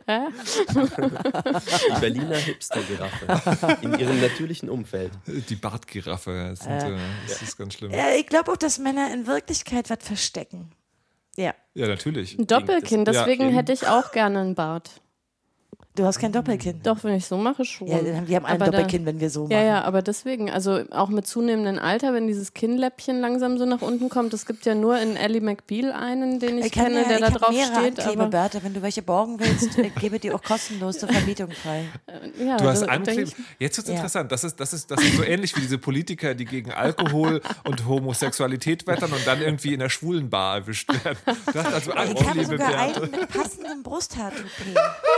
Die Berliner Hipster-Giraffe in ihrem natürlichen Umfeld. Die Bartgiraffe, das ist ganz schlimm. Ich glaube auch, dass Männer in Wirklichkeit was verstecken. Ja. Ja, natürlich. Ein Doppelkinn, deswegen hätte ich auch gerne einen Bart. Du hast kein Doppelkinn. Doch, wenn ich so mache, schon. Ja, wir haben ein Doppelkinn, wenn wir so machen. Ja, aber deswegen, also auch mit zunehmendem Alter, wenn dieses Kinnläppchen langsam so nach unten kommt, es gibt ja nur in Ally McBeal einen, den ich kenne, der da drauf steht. Anklebeberta, wenn du welche borgen willst, gebe die auch kostenlos zur Vermietung frei. Ja, du hast Ankleben. Jetzt wird es interessant. Das ist so ähnlich wie diese Politiker, die gegen Alkohol und Homosexualität wettern und dann irgendwie in der schwulen Bar erwischt werden. Du hast also ich habe sogar einen mit passendem Brusthaar-Toupet.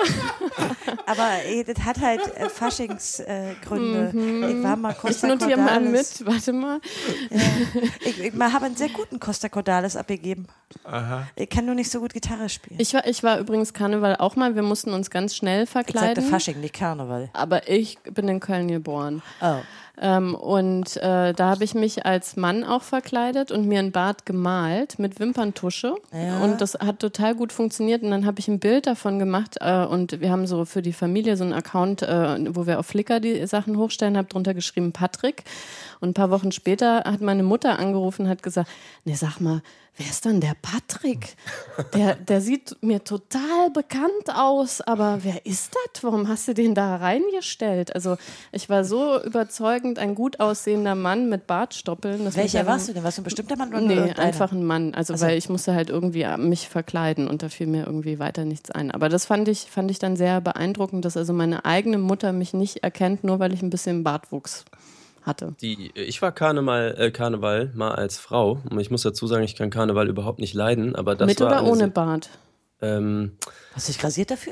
Aber das hat halt Faschingsgründe. Ich war mal Costa Cordalis. Ich notiere mal mit, warte mal. Ich habe einen sehr guten Costa Cordalis abgegeben. Aha. Ich kann nur nicht so gut Gitarre spielen. Ich war übrigens Karneval auch mal, wir mussten uns ganz schnell verkleiden. Ich sagte Fasching, nicht Karneval. Aber ich bin in Köln geboren. Oh. Da habe ich mich als Mann auch verkleidet und mir einen Bart gemalt mit Wimperntusche. Ja. Und das hat total gut funktioniert. Und dann habe ich ein Bild davon gemacht und wir haben so für die Familie so einen Account, wo wir auf Flickr die Sachen hochstellen, habe drunter geschrieben Patrick. Und ein paar Wochen später hat meine Mutter angerufen und hat gesagt, nee, sag mal, wer ist denn der Patrick? Der sieht mir total bekannt aus, aber wer ist das? Warum hast du den da reingestellt? Also ich war so überzeugend, ein gut aussehender Mann mit Bartstoppeln. Welcher warst du denn? Warst du ein bestimmter Mann? Oder nee, einfach ein Mann. Also weil ich musste halt irgendwie mich verkleiden und da fiel mir irgendwie weiter nichts ein. Aber das fand ich dann sehr beeindruckend, dass also meine eigene Mutter mich nicht erkennt, nur weil ich ein bisschen Bartwuchs hatte. Ich war Karneval mal als Frau und ich muss dazu sagen, ich kann Karneval überhaupt nicht leiden, aber das mit war oder ohne Bart? Hast du dich rasiert dafür?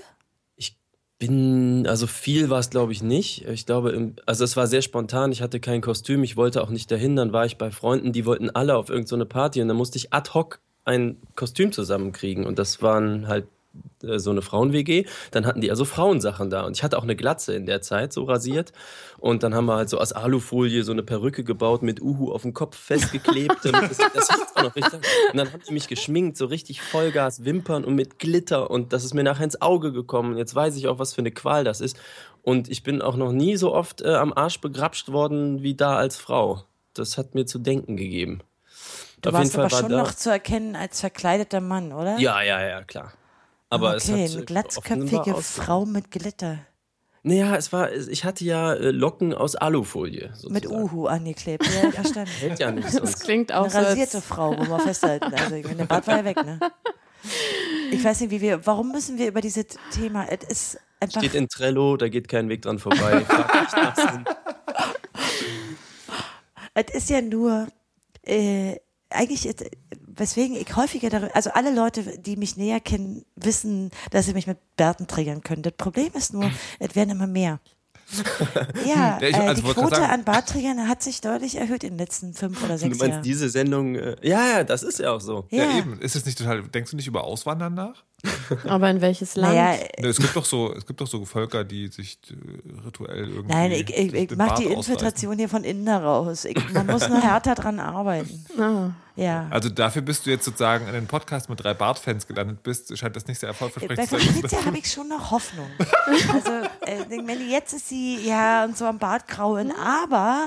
Also viel war es glaube ich nicht. Ich glaube, es war sehr spontan, ich hatte kein Kostüm, ich wollte auch nicht dahin, dann war ich bei Freunden, die wollten alle auf irgendeine Party und dann musste ich ad hoc ein Kostüm zusammenkriegen und das waren halt so eine Frauen-WG, dann hatten die also Frauensachen da und ich hatte auch eine Glatze in der Zeit, so rasiert und dann haben wir halt so aus Alufolie so eine Perücke gebaut mit Uhu auf dem Kopf festgeklebt, das sieht zwar noch richtig und dann haben die mich geschminkt, so richtig Vollgas, Wimpern und mit Glitter und das ist mir nachher ins Auge gekommen und jetzt weiß ich auch, was für eine Qual das ist und ich bin auch noch nie so oft am Arsch begrapscht worden wie da als Frau. Das hat mir zu denken gegeben. Du warst aber schon noch zu erkennen als verkleideter Mann, oder? Ja, klar. Aber okay, es hat eine glatzköpfige Frau mit Glitter. Naja, ich hatte ja Locken aus Alufolie. Sozusagen. Mit Uhu angeklebt, ja, verstanden. Hält ja nichts. Das klingt auch eine rasierte Frau, wo wir festhalten. Also, der Bart war ja weg, ne? Ich weiß nicht, warum müssen wir über dieses Thema, es ist einfach... Steht in Trello, da geht kein Weg dran vorbei. Es ist ja nur, eigentlich weswegen ich häufiger darüber, also alle Leute, die mich näher kennen, wissen, dass sie mich mit Bärten triggern können. Das Problem ist nur, es werden immer mehr. Ja, die Quote an Bartträgern hat sich deutlich erhöht in den letzten 5 oder 6 Jahren. Du meinst diese Sendung, ja, das ist ja auch so. Ja, eben. Ist es nicht total, denkst du nicht über Auswandern nach? Aber in welches Land? Naja, Es gibt doch so Völker, die sich rituell irgendwie. Nein, ich mache die Infiltration hier von innen heraus. Man muss nur härter dran arbeiten. Ja. Also dafür bist du jetzt sozusagen in den Podcast mit 3 Bart-Fans gelandet bist, scheint das nicht sehr erfolgversprechend zu sein. Bei Patricia habe ich schon noch Hoffnung. Also, wenn jetzt ist sie ja und so am Bart grauen, aber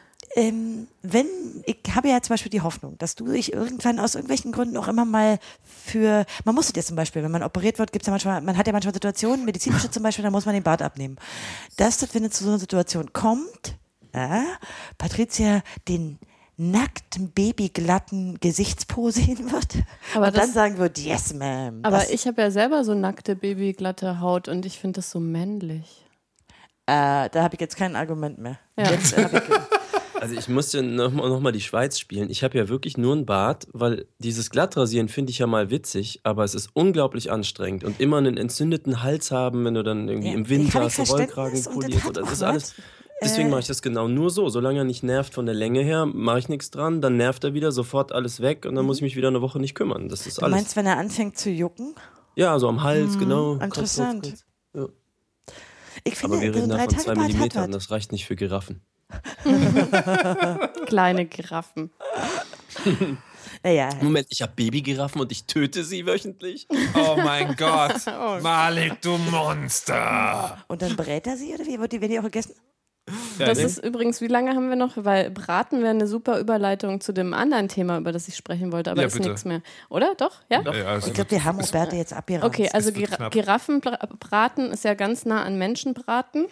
ich habe ja zum Beispiel die Hoffnung, dass du dich irgendwann aus irgendwelchen Gründen auch immer mal man muss es jetzt zum Beispiel, wenn man operiert wird, man hat ja manchmal Situationen, medizinische zum Beispiel, da muss man den Bart abnehmen. Wenn es zu so einer Situation kommt, Patricia den nackten, babyglatten Gesichtspo sehen wird und dann sagen wird, yes, ma'am. Aber ich habe ja selber so nackte, babyglatte Haut und ich finde das so männlich. Da habe ich jetzt kein Argument mehr. Ja. Jetzt Also ich musste noch mal die Schweiz spielen. Ich habe ja wirklich nur einen Bart, weil dieses Glattrasieren finde ich ja mal witzig, aber es ist unglaublich anstrengend. Und immer einen entzündeten Hals haben, wenn du dann irgendwie im Winter hast, Rollkragen poliert. Das ist alles. Deswegen mache ich das genau nur so. Solange er nicht nervt von der Länge her, mache ich nichts dran. Dann nervt er wieder, sofort alles weg und dann muss ich mich wieder eine Woche nicht kümmern. Das ist alles. Du meinst, wenn er anfängt zu jucken? Ja, so am Hals, genau. Interessant. Kurz. Ja. Ich finde, Aber wir reden da von 2 Millimeter. Millimetern. Das reicht nicht für Giraffen. Kleine Giraffen. Naja. Moment, ich habe Babygiraffen und ich töte sie wöchentlich? Oh mein Gott. Malik, du Monster. Und dann brät er sie oder wie? Werden die auch gegessen? Ja, Das ist übrigens, wie lange haben wir noch? Weil Braten wäre eine super Überleitung zu dem anderen Thema, über das ich sprechen wollte, aber ist nichts mehr. Oder? Doch? Ja? Also Ich glaube, wir haben Roberta jetzt abgerannt. Okay, also Es wird knapp. Giraffenbraten ist ja ganz nah an Menschenbraten.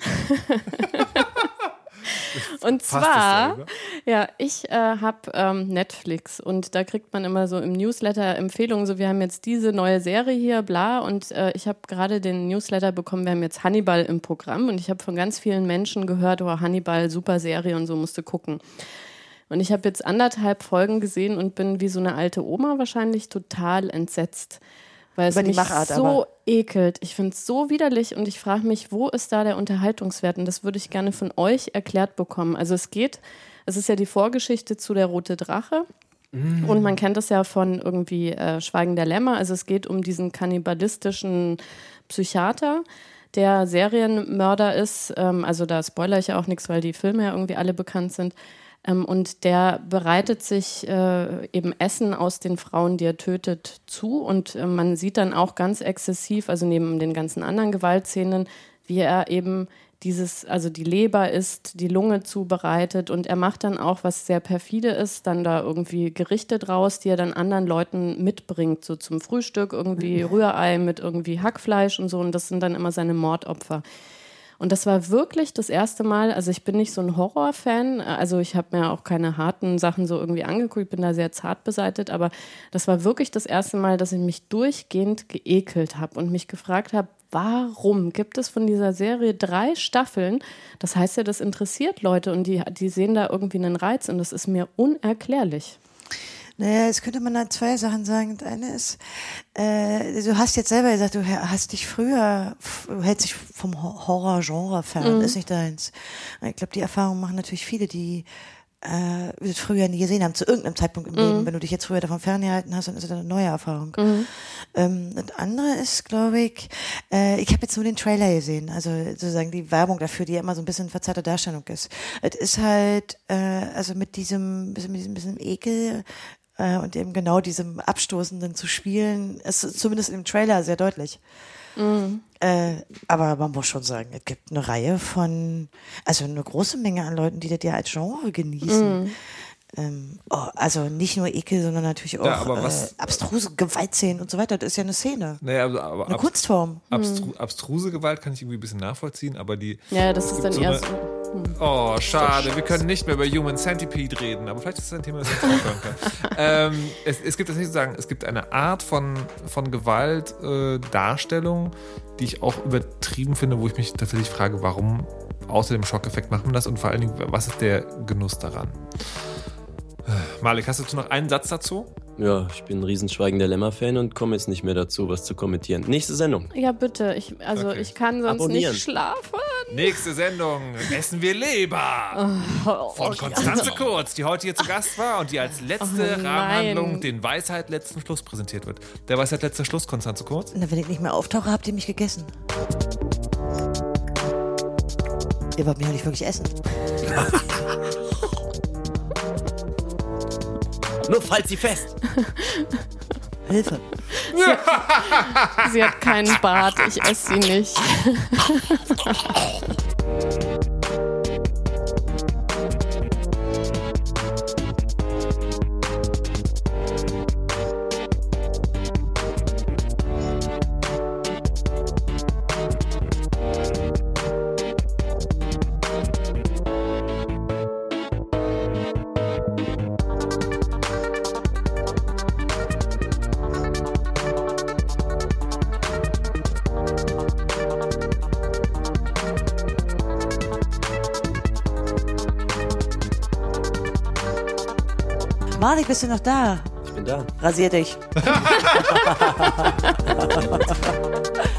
Und Fast zwar, dasselbe. ja, ich habe Netflix und da kriegt man immer so im Newsletter Empfehlungen, so wir haben jetzt diese neue Serie hier, bla, und ich habe gerade den Newsletter bekommen, wir haben jetzt Hannibal im Programm und ich habe von ganz vielen Menschen gehört, oh, Hannibal, super Serie und so, musst du gucken. Und ich habe jetzt 1,5 Folgen gesehen und bin wie so eine alte Oma wahrscheinlich total entsetzt. Weil es mich so ekelt. Ich finde es so widerlich und ich frage mich, wo ist da der Unterhaltungswert? Und das würde ich gerne von euch erklärt bekommen. Also es ist ja die Vorgeschichte zu Der Rote Drache. Und man kennt das ja von irgendwie Schweigen der Lämmer. Also es geht um diesen kannibalistischen Psychiater, der Serienmörder ist. Also da spoilere ich ja auch nichts, weil die Filme ja irgendwie alle bekannt sind. Und der bereitet sich eben Essen aus den Frauen, die er tötet, zu. Und man sieht dann auch ganz exzessiv, also neben den ganzen anderen Gewaltszenen, wie er eben die Leber isst, die Lunge zubereitet. Und er macht dann auch, was sehr perfide ist, dann da irgendwie Gerichte draus, die er dann anderen Leuten mitbringt, so zum Frühstück, irgendwie Rührei mit irgendwie Hackfleisch und so. Und das sind dann immer seine Mordopfer. Und das war wirklich das erste Mal, also ich bin nicht so ein Horrorfan, also ich habe mir auch keine harten Sachen so irgendwie angeguckt, ich bin da sehr zart beseitigt, aber das war wirklich das erste Mal, dass ich mich durchgehend geekelt habe und mich gefragt habe, warum gibt es von dieser Serie 3 Staffeln? Das heißt ja, das interessiert Leute und die sehen da irgendwie einen Reiz und das ist mir unerklärlich. Naja, jetzt könnte man da 2 Sachen sagen. Das eine ist, du hast jetzt selber gesagt, du hältst dich vom Horror-Genre fern, ist nicht deins. Ich glaube, die Erfahrung machen natürlich viele, die das früher nie gesehen haben, zu irgendeinem Zeitpunkt im Leben. Wenn du dich jetzt früher davon ferngehalten hast, dann ist das eine neue Erfahrung. Das andere ist, glaube ich habe jetzt nur den Trailer gesehen, also sozusagen die Werbung dafür, die ja immer so ein bisschen verzerrte Darstellung ist. Es ist halt, also mit diesem bisschen Ekel und eben genau diesem Abstoßenden zu spielen, ist zumindest im Trailer sehr deutlich. Aber man muss schon sagen, es gibt eine Reihe von, also eine große Menge an Leuten, die das ja als Genre genießen. Also nicht nur Ekel, sondern natürlich auch abstruse Gewaltszenen und so weiter. Das ist ja eine Szene. Naja, aber eine Kunstform. Abstruse Gewalt kann ich irgendwie ein bisschen nachvollziehen, aber die. Ja, das ist dann eher so. Oh, schade, wir können nicht mehr über Human Centipede reden, aber vielleicht ist das ein Thema, das wir jetzt aufhören können. Es gibt das nicht zu sagen, es gibt eine Art von Gewaltdarstellung, die ich auch übertrieben finde, wo ich mich tatsächlich frage, warum außer dem Schockeffekt macht man das und vor allen Dingen, was ist der Genuss daran? Malik, hast du noch einen Satz dazu? Ja, ich bin ein Riesenschweigen der Lämmer-Fan und komme jetzt nicht mehr dazu, was zu kommentieren. Nächste Sendung. Ja, bitte. Ich kann sonst Abonnieren. nicht schlafen. Nächste Sendung essen wir Leber. Von Constanze Kurz, die heute hier zu Gast war und die als letzte Rahmenhandlung den Weisheit letzten Schluss präsentiert wird. Der Weisheit letzter Schluss, Constanze Kurz? Na, wenn ich nicht mehr auftauche, habt ihr mich gegessen. Ihr wollt mich auch nicht wirklich essen. Nur falls sie fest. Hilfe. Sie hat keinen Bart, ich esse sie nicht. Malik, bist du noch da? Ich bin da. Rasier dich.